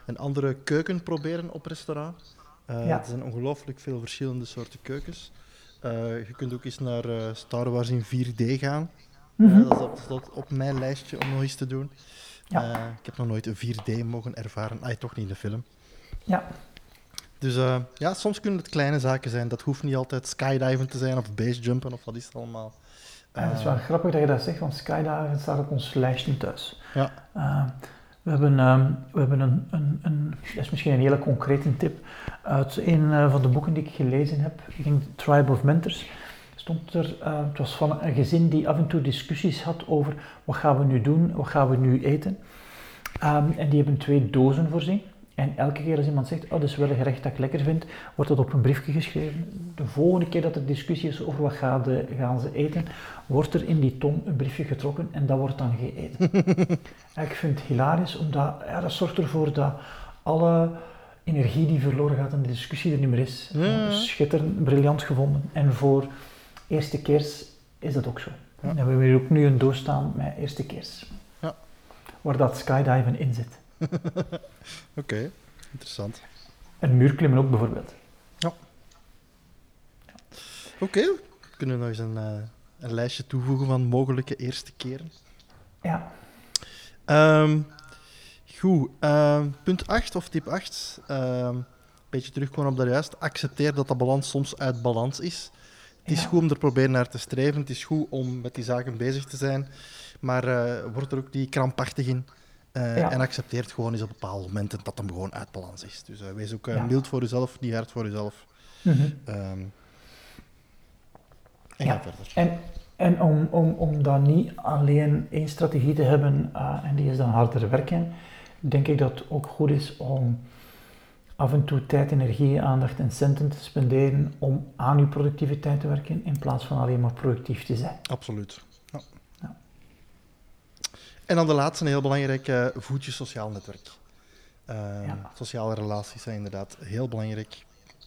een andere keuken proberen op restaurant. Uh, Ja. Er zijn ongelooflijk veel verschillende soorten keukens. Uh, je kunt ook eens naar uh, Star Wars in vier D gaan. Mhm. Uh, dat is op, dat op mijn lijstje om nog eens te doen. Ja. Uh, ik heb nog nooit een vier D mogen ervaren. Ah, toch niet in de film. Ja. Dus uh, ja, soms kunnen het kleine zaken zijn. Dat hoeft niet altijd skydiven te zijn of basejumpen of wat is het allemaal. Uh, het is wel grappig dat je dat zegt, want skydiven staat op ons lijstje thuis. Ja. Uh, we hebben, um, we hebben een, een, een, dat is misschien een hele concrete tip, uit een uh, van de boeken die ik gelezen heb, ik denk Tribe of Mentors, stond er, uh, het was van een gezin die af en toe discussies had over wat gaan we nu doen, wat gaan we nu eten. Um, en die hebben twee dozen voorzien. En elke keer als iemand zegt, oh, dat is wel een gerecht dat ik lekker vind, wordt dat op een briefje geschreven. De volgende keer dat er discussie is over wat gaan, de, gaan ze eten, wordt er in die ton een briefje getrokken en dat wordt dan gegeten. Ik vind het hilarisch, omdat ja, dat zorgt ervoor dat alle energie die verloren gaat in de discussie er niet meer is. Ja. Schitterend, briljant gevonden. En voor eerste keers is dat ook zo. Ja. En we hebben hier ook nu een doos staan met eerste keers. Ja. Waar dat skydiven in zit. Oké, okay, interessant. En muurklimmen ook bijvoorbeeld. Ja. ja. Oké, okay. Kunnen we nog eens een, uh, een lijstje toevoegen van mogelijke eerste keren? Ja. Um, goed, uh, punt acht of tip acht. Een uh, beetje terugkomen op dat juist. Accepteer dat de balans soms uit balans is. Het is ja. goed om er proberen naar te streven. Het is goed om met die zaken bezig te zijn. Maar uh, wordt er ook niet krampachtig in. Uh, ja. En accepteert gewoon eens op bepaalde momenten dat hem gewoon uit balans is. Dus uh, wees ook uh, ja. mild voor jezelf, niet hard voor jezelf. Mm-hmm. Um, en ja. ga verder. En, en om, om, om dan niet alleen één strategie te hebben, uh, en die is dan harder werken, denk ik dat het ook goed is om af en toe tijd, energie, aandacht en centen te spenderen om aan je productiviteit te werken, in plaats van alleen maar productief te zijn. Absoluut. Ja. Ja. En dan de laatste, een heel belangrijk, uh, voed je sociaal netwerk. Uh, ja. Sociale relaties zijn inderdaad heel belangrijk.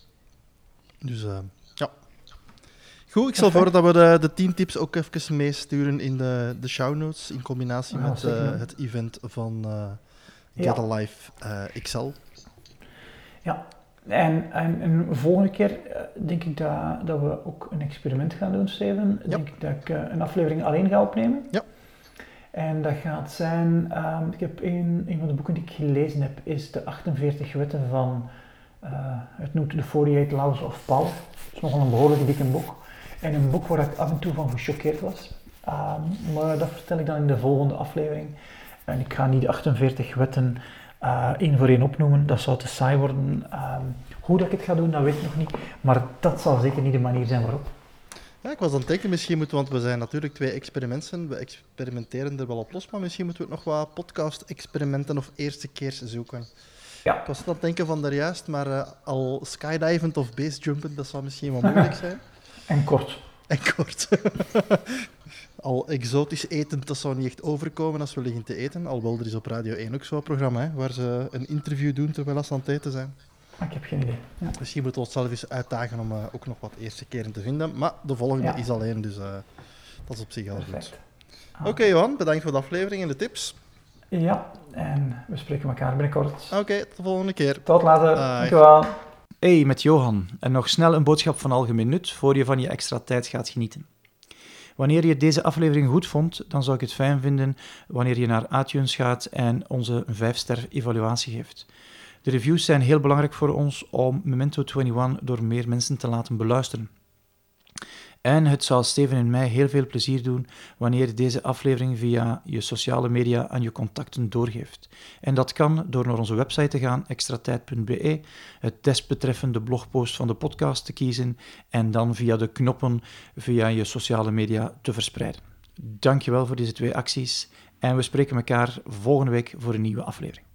Dus uh, ja. Goed, ik stel voor dat we de, de tien tips ook even meesturen in de, de show notes, in combinatie ja, met uh, het event van uh, Get ja. Alive uh, X L. Ja, en, en, en de volgende keer uh, denk ik dat, dat we ook een experiment gaan doen, Steven. Ja. Denk ik dat ik uh, een aflevering alleen ga opnemen. Ja. En dat gaat zijn, um, ik heb een, een van de boeken die ik gelezen heb, is de achtenveertig wetten van, uh, het noemt de forty-eight Laws of Power. Dat is nogal een behoorlijk dikke boek. En een boek waar ik af en toe van gechoqueerd was. Um, maar dat vertel ik dan in de volgende aflevering. En ik ga niet de achtenveertig wetten uh, één voor één opnoemen, dat zou te saai worden. Um, hoe dat ik het ga doen, dat weet ik nog niet. Maar dat zal zeker niet de manier zijn waarop. Ja, ik was aan het denken, misschien moeten, want we zijn natuurlijk twee experimenten, we experimenteren er wel op los, maar misschien moeten we nog wat podcast-experimenten of eerste keers zoeken. Ja. Ik was aan het denken van daar juist, maar uh, al skydivend of basejumpend, dat zou misschien wel moeilijk zijn. En kort. En kort. Al exotisch eten, dat zou niet echt overkomen als we liggen te eten. Alhoewel, er is op Radio één ook zo'n programma, hè, waar ze een interview doen terwijl ze aan het eten zijn. Ik heb geen idee. Ja. Misschien moeten we onszelf eens uitdagen om uh, ook nog wat eerste keren te vinden. Maar de volgende ja. is alleen, dus uh, dat is op zich al Perfect. goed. Ah. Oké, okay, Johan, bedankt voor de aflevering en de tips. Ja, en we spreken elkaar binnenkort. Oké, okay, tot de volgende keer. Tot later. Dankjewel. Hey, met Johan. En nog snel een boodschap van algemeen nut voor je van je extra tijd gaat genieten. Wanneer je deze aflevering goed vond, dan zou ik het fijn vinden wanneer je naar iTunes gaat en onze vijf ster evaluatie geeft. De reviews zijn heel belangrijk voor ons om Memento eenentwintig door meer mensen te laten beluisteren. En het zal Steven en mij heel veel plezier doen wanneer je deze aflevering via je sociale media aan je contacten doorgeeft. En dat kan door naar onze website te gaan, extratijd punt be, het desbetreffende blogpost van de podcast te kiezen en dan via de knoppen via je sociale media te verspreiden. Dankjewel voor deze twee acties en we spreken elkaar volgende week voor een nieuwe aflevering.